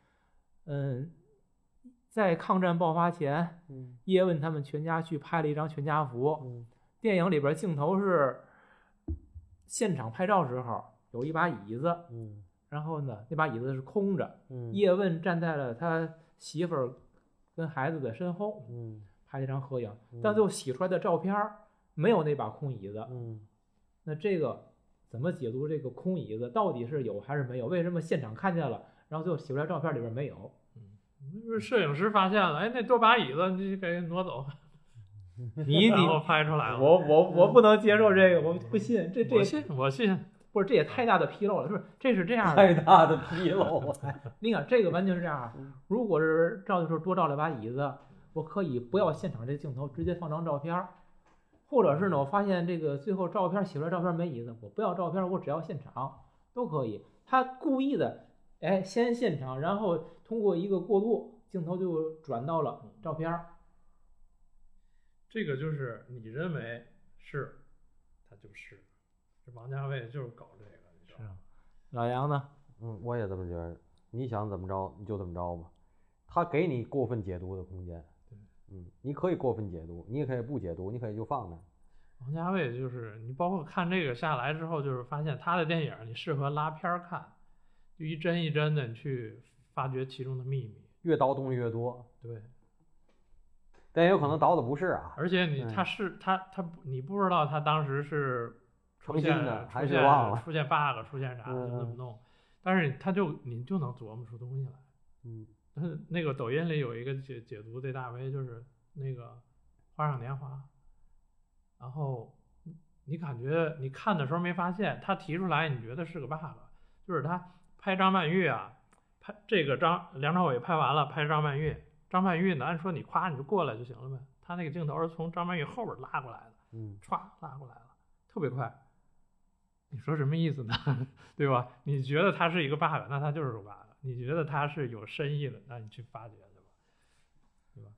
在抗战爆发前，叶问他们全家去拍了一张全家福。电影里边镜头是现场拍照时候有一把椅子，然后呢那把椅子是空着，叶问站在了他媳妇儿跟孩子的身后，拍了一张合影，但最后洗出来的照片没有那把空椅子。那这个怎么解读这个空椅子到底是有还是没有？为什么现场看见了，然后最后洗出来照片里边没有？ 摄影师发现了，哎，那多把椅子你给挪走， 你然后拍出来了。 我不能接受这个，我不信。 我信， 不是，这也太大的纰漏了。是这是这样的， 太大的纰漏了。 你看这个完全是这样。如果是照的时候多照了把椅子，我可以不要现场这镜头，直接放张照片， 或者是呢，我发现这个最后照片洗出来照片没意思，我不要照片，我只要现场都可以。他故意的，哎，先现场，然后通过一个过渡镜头就转到了照片。 这个就是你认为是，他就是。这王家卫就是搞这个，你知道吗？ 老杨呢？ 我也这么觉得。你想怎么着你就怎么着吧，他给你过分解读的空间。你可以过分解读，你也可以不解读，你可以就放那。 王家卫就是你包括看这个下来之后，就是发现他的电影你适合拉片看，就一帧一帧的去发掘其中的秘密， 越倒东西越多。 对， 但也有可能倒的不是啊。 而且你不知道他当时是诚心的还是忘了出现 bug 出现啥就那么弄，但是你就能琢磨出东西来。那个抖音里有一个解读这大 V 就是那个《花样年华》，然后你感觉你看的时候没发现，他提出来你觉得是个 bug， 就是他拍张曼玉啊，拍这个梁朝伟拍完了拍张曼玉，张曼玉呢按说你夸你就过来就行了呗，他那个镜头是从张曼玉后边拉过来的，歘拉过来了，特别快。你说什么意思呢？对吧？你觉得它是一个 bug， 那它就是个 bug。你觉得它是有深意的，那你去发掘，对吧？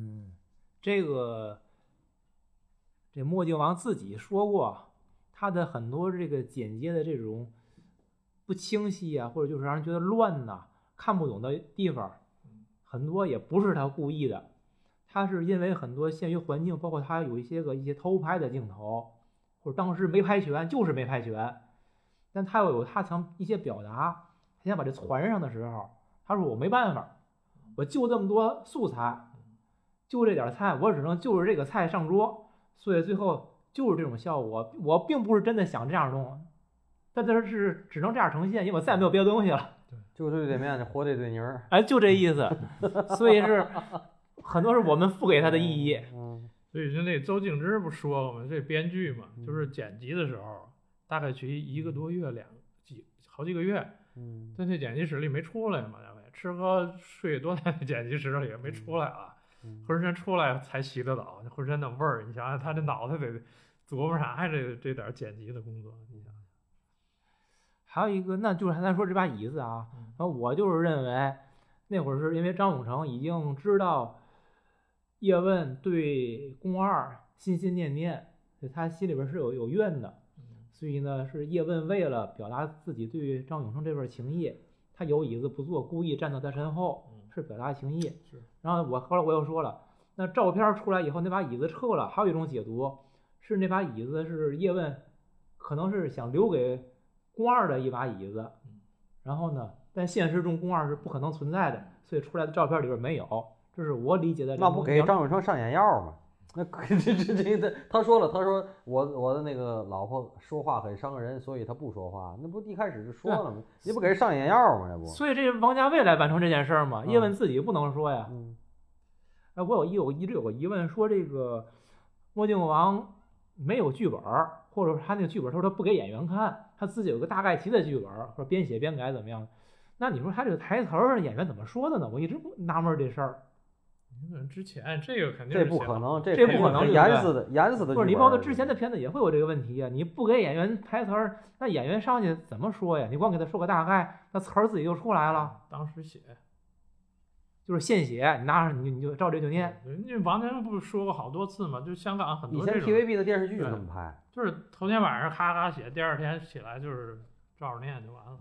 这墨镜王自己说过，他的很多这个剪接的这种不清晰啊，或者就是让人觉得乱呐、看不懂的地方，很多也不是他故意的，他是因为很多限于环境，包括他有一些偷拍的镜头，或者当时没拍全，就是没拍全，但他又有他想一些表达。他想把这传上的时候，他说我没办法，我就这么多素材，就这点菜，我只能就着这个菜上桌，所以最后就是这种效果。我并不是真的想这样弄，但这是只能这样呈现，因为我再没有别的东西了。 对，就对对面，活对对泥儿。 哎，就这意思。所以是很多是我们赋给他的意义。 所以就那周静之不说过吗？这编剧嘛，就是剪辑的时候，大概去1个多月、好几个月。在那剪辑室里没出来嘛，吃喝睡都在那剪辑室里没出来啊，浑身出来才洗得澡，浑身的味儿，你想想他这脑袋得琢磨啥呀？这点剪辑的工作，你想想。 还有一个，那就是咱说这把椅子啊，我就是认为那会儿是因为张永成已经知道叶问对宫二心心念念，他心里边是有怨的。所以呢，是叶问为了表达自己对张永成这份情谊，他有椅子不坐，故意站到他身后，是表达情谊。然后后来我又说了，那照片出来以后，那把椅子撤了，还有一种解读是那把椅子是叶问可能是想留给宫二的一把椅子，然后呢，但现实中宫二是不可能存在的，所以出来的照片里边没有，这是我理解的。 那不给张永成上眼药吗？那这他说了，他说我的那个老婆说话很伤人，所以他不说话。那不一开始就说了吗？你不给人上眼药吗？这不。 所以这王家卫来完成这件事儿嘛，叶问自己不能说呀。我一直有个疑问，说这个墨镜王没有剧本，或者说他那个剧本说他不给演员看，他自己有个大概齐的剧本，或者边写边改怎么样？那你说他这个台词儿演员怎么说的呢？我一直纳闷这事儿。 之前这个肯定这不可能， 这不可能严死的。 不是你包括之前的片子也会有这个问题啊！你不给演员台词儿，那演员上去怎么说呀？你光给他说个大概，那词儿自己就出来了。 当时写就是现写，你拿上你就照这就念。 那王家卫不是说过好多次吗？就香港很多以前 TVB 的电视剧就这么拍， 就是头天晚上咔咔写，第二天起来就是照着念就完了。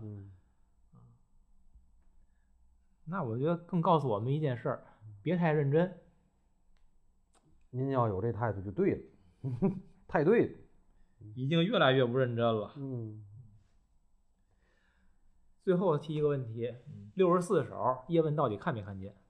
那我觉得更告诉我们一件事儿。别太认真， 您要有这态度就对了，太对了， 已经越来越不认真了。最后提一个问题，64手叶问到底看没看见？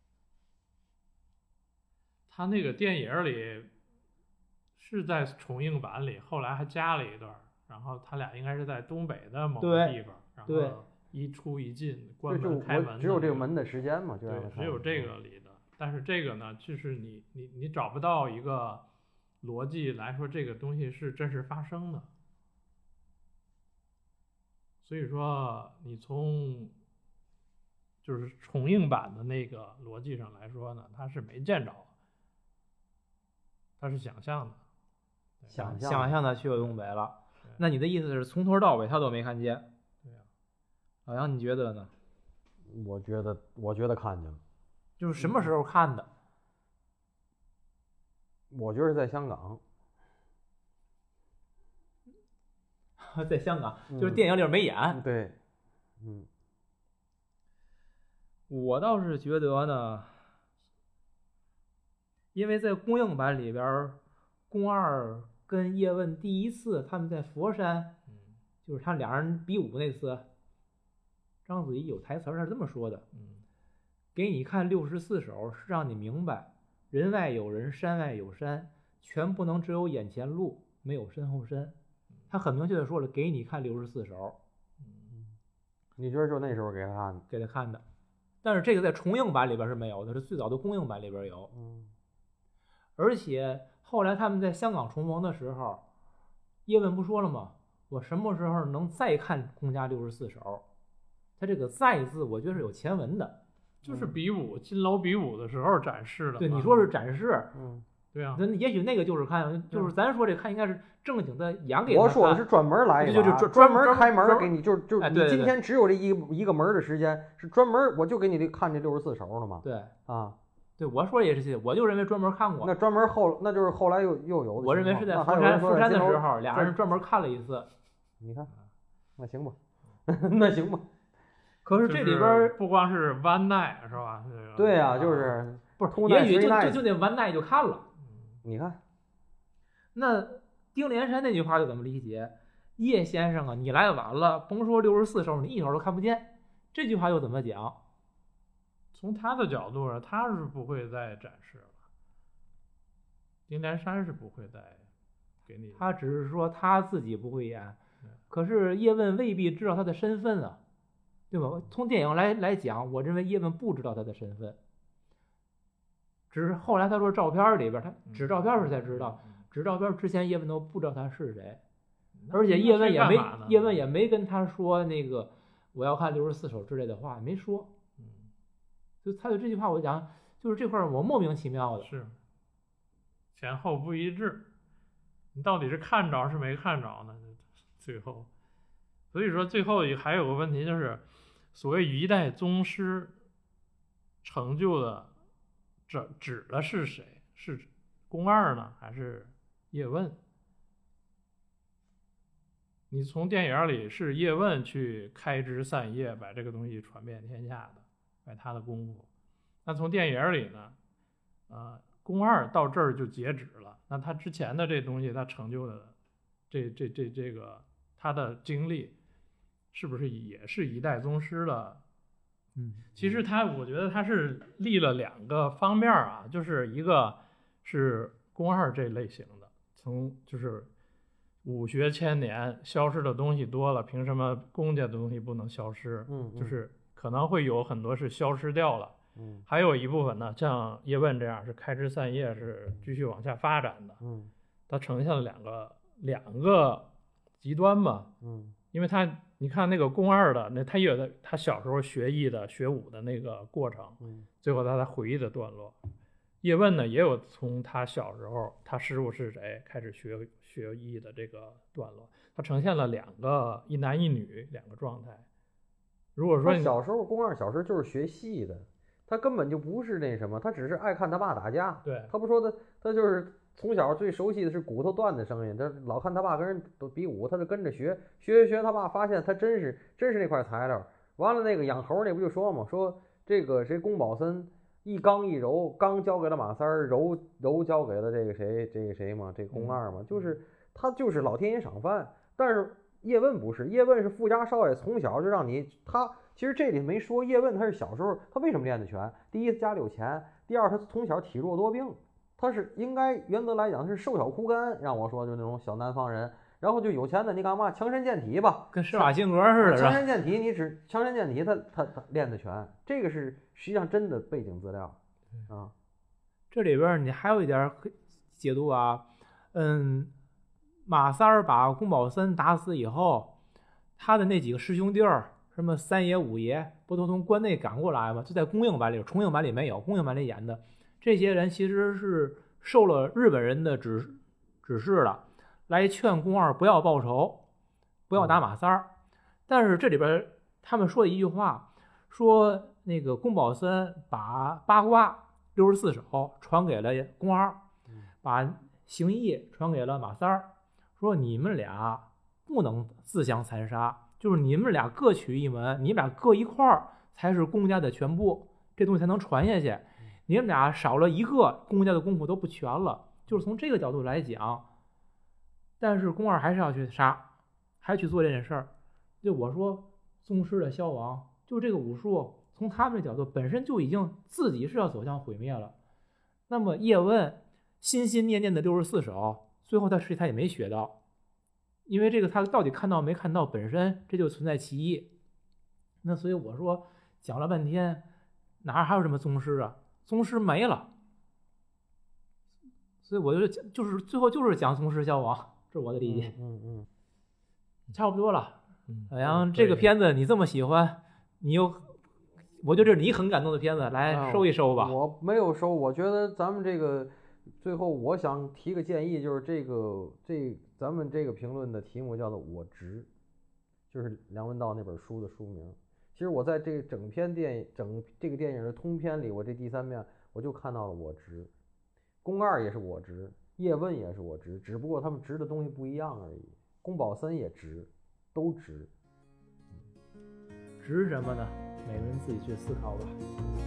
他那个电影里是在重映版里，后来还加了一段，然后他俩应该是在东北的某个地方，然后一出一进，关门开门， 只有这个门的时间嘛， 对，只有这个里的。但是这个呢，就是你找不到一个逻辑来说这个东西是真实发生的，所以说你从就是重映版的那个逻辑上来说呢，它是没见着，它是想象的。 想象他去了东北了。那你的意思是从头到尾他都没看见？ 对呀。 老杨，你觉得呢？ 我觉得看见了。 就是什么时候看的？ 我觉得在香港。 在香港，就是电影里没演。 对， 我倒是觉得呢，因为在公映版里边，宫二跟叶问第一次他们在佛山，就是他俩人比武那次，章子怡有台词他是这么说的，给你看64手是让你明白，人外有人，山外有山，全不能只有眼前路，没有身后身。他很明确的说了，给你看64手。 你觉得就那时候给他看的？ 但是这个在重映版里边是没有的，是最早的公映版里边有。而且后来他们在香港重逢的时候，叶问不说了吗？我什么时候能再看宫家64手？他这个再字我觉得是有前文的， 就是比武金楼比武的时候展示的。 对，你说是展示， 对啊， 也许那个就是看，就是咱说这看应该是正经的演给他看。 我说的是专门来一把， 就专门开门给你，就是你今天只有这一个门的时间，是专门我就给你看这64手了嘛。 对啊， 对，我说也是，我就认为专门看过。 那专门那就是后来又有的。 我认为是在佛山的时候，俩人专门看了一次。 你看，那行吧，那行吧。 可是这里边不光是湾奈是吧？ 对啊，就是不是，也许就那湾奈就看了。 你看。 那丁连山那句话就怎么理解？叶先生啊，你来晚了，甭说64手，你一手都看不见。这句话又怎么讲？ 从他的角度上，他是不会再展示了。丁连山是不会再给你。 他只是说他自己不会演，可是叶问未必知道他的身份啊，对吧？从电影来讲，我认为叶问不知道他的身份，只是后来他说照片里边，他指照片时才知道。指照片之前，叶问都不知道他是谁，而且叶问也没跟他说那个我要看64手之类的话，没说。就他有这句话，我讲就是这块我莫名其妙的， 是前后不一致，你到底是看着是没看着呢？最后，所以说最后还有个问题就是，所谓一代宗师成就的，这指的是谁？是宫二呢，还是叶问？你从电影里是叶问去开枝散叶，把这个东西传遍天下的，拜他的功夫。那从电影里呢，宫二到这儿就截止了。那他之前的这东西，他成就的这个他的经历，是不是也是一代宗师的？其实我觉得他是立了两个方面啊，就是一个是宫二这类型的，就是武学千年，消失的东西多了，凭什么宫家的东西不能消失？就是可能会有很多是消失掉了。还有一部分呢，像叶问这样是开枝散叶，是继续往下发展的。它呈现了两个极端吧。因为你看那个宫二的，他小时候学艺的、学武的那个过程，最后他回忆的段落。叶问呢，也有从他小时候他师傅是谁开始学艺的这个段落，他呈现了两个一男一女两个状态。如果说宫二小时候就是学戏的。他根本就不是那什么，他只是爱看他爸打架。 对， 他不说他就是从小最熟悉的是骨头断的声音，他老看他爸跟人都比武，他就跟着学，他爸发现他真是那块材料。完了那个养猴那不就说嘛，说这个谁宫保森一刚一柔，刚交给了马三儿，柔交给了这个谁嘛，这个宫二嘛，就是他就是老天爷赏饭。但是叶问不是，叶问是富家少爷，从小就让你他。其实这里没说叶问他是小时候他为什么练的拳？第一家里有钱，第二他从小体弱多病，他是应该原则来讲是瘦小枯干，让我说就那种小南方人，然后就有钱的你干嘛强身健体吧， 跟施瓦辛格似的。 强身健体他练的拳，这个是实际上真的背景资料啊。 这里边你还有一点解读啊，马三儿把宫保森打死以后，他的那几个师兄弟儿。什么三爷五爷不都从关内赶过来吗？就在公映版里，重映版里没有，公映版里演的这些人其实是受了日本人的指示的。 来劝宫二不要报仇，不要打马三儿。但是这里边他们说的一句话，说那个宫保森把八卦64手传给了宫二，把形意传给了马三儿，说你们俩不能自相残杀，就是你们俩各取一门，你们俩各一块儿才是公家的全部，这东西才能传下去。你们俩少了一个，公家的功夫都不全了。就是从这个角度来讲，但是宫二还是要去杀，还去做这件事儿。就我说宗师的消亡，就这个武术从他们的角度本身就已经自己是要走向毁灭了。那么叶问心心念念的64手，最后他也没学到，因为这个他到底看到没看到本身这就存在歧义。那所以我说讲了半天，哪还有什么宗师啊？宗师没了。所以我就是最后就是讲宗师消亡，这是我的理解。差不多了。好像这个片子你这么喜欢，我觉得这是你很感动的片子，来收一收吧。 我没有收，我觉得咱们这个最后我想提个建议，就是咱们这个评论的题目叫做我执，就是梁文道那本书的书名。其实我在这整这个电影的通篇里，我这第3遍我就看到了我执，宫二也是我执，叶问也是我执，只不过他们执的东西不一样而已。宫保森也执，都执。 执什么呢？每个人自己去思考吧。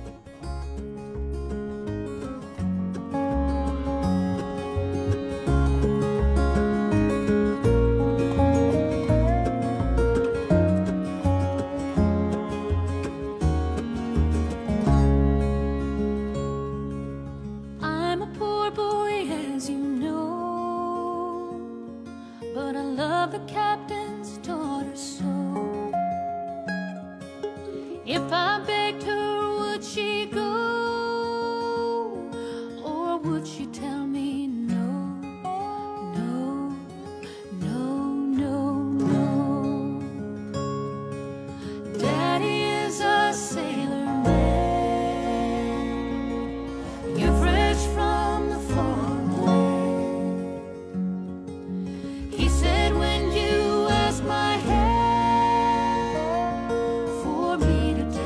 If I begged her, would she go? Or would she tell me no? No, no, no, no. Daddy is a sailor man. You're fresh from the foreign land. He said when you asked my hand for me,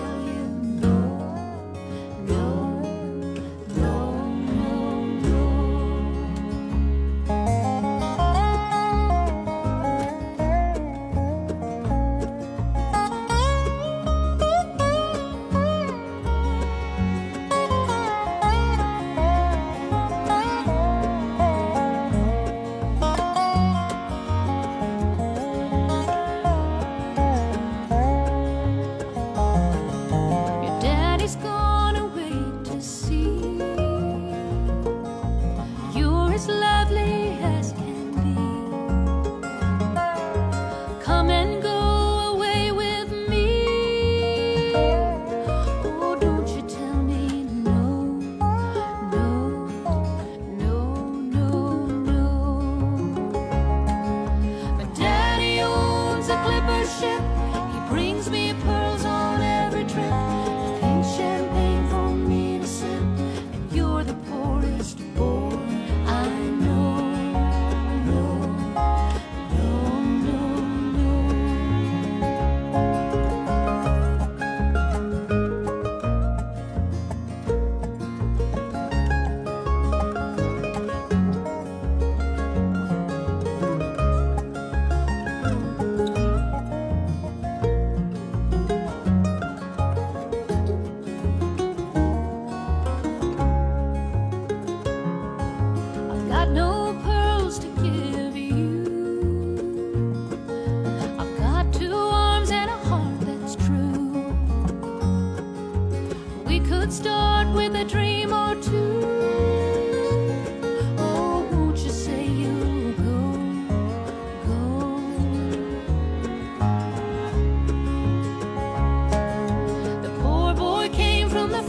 start with a dream or two. Oh, won't you say you'll go, go? The poor boy came from the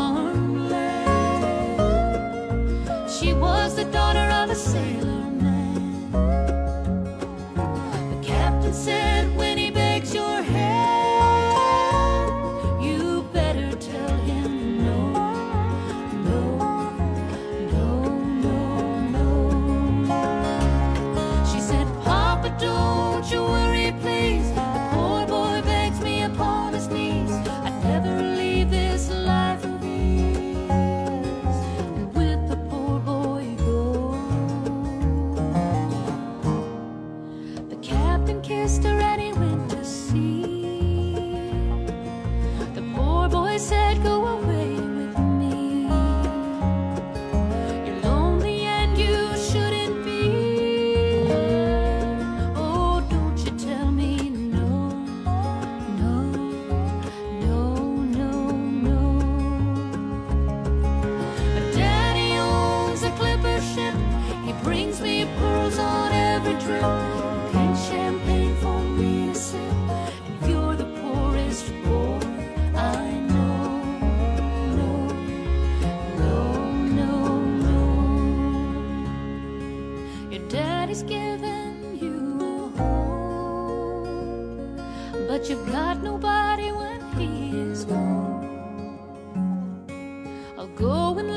farmland. She was the daughter of a sailor man. The captain said when he begs your hand, you better tell him no. going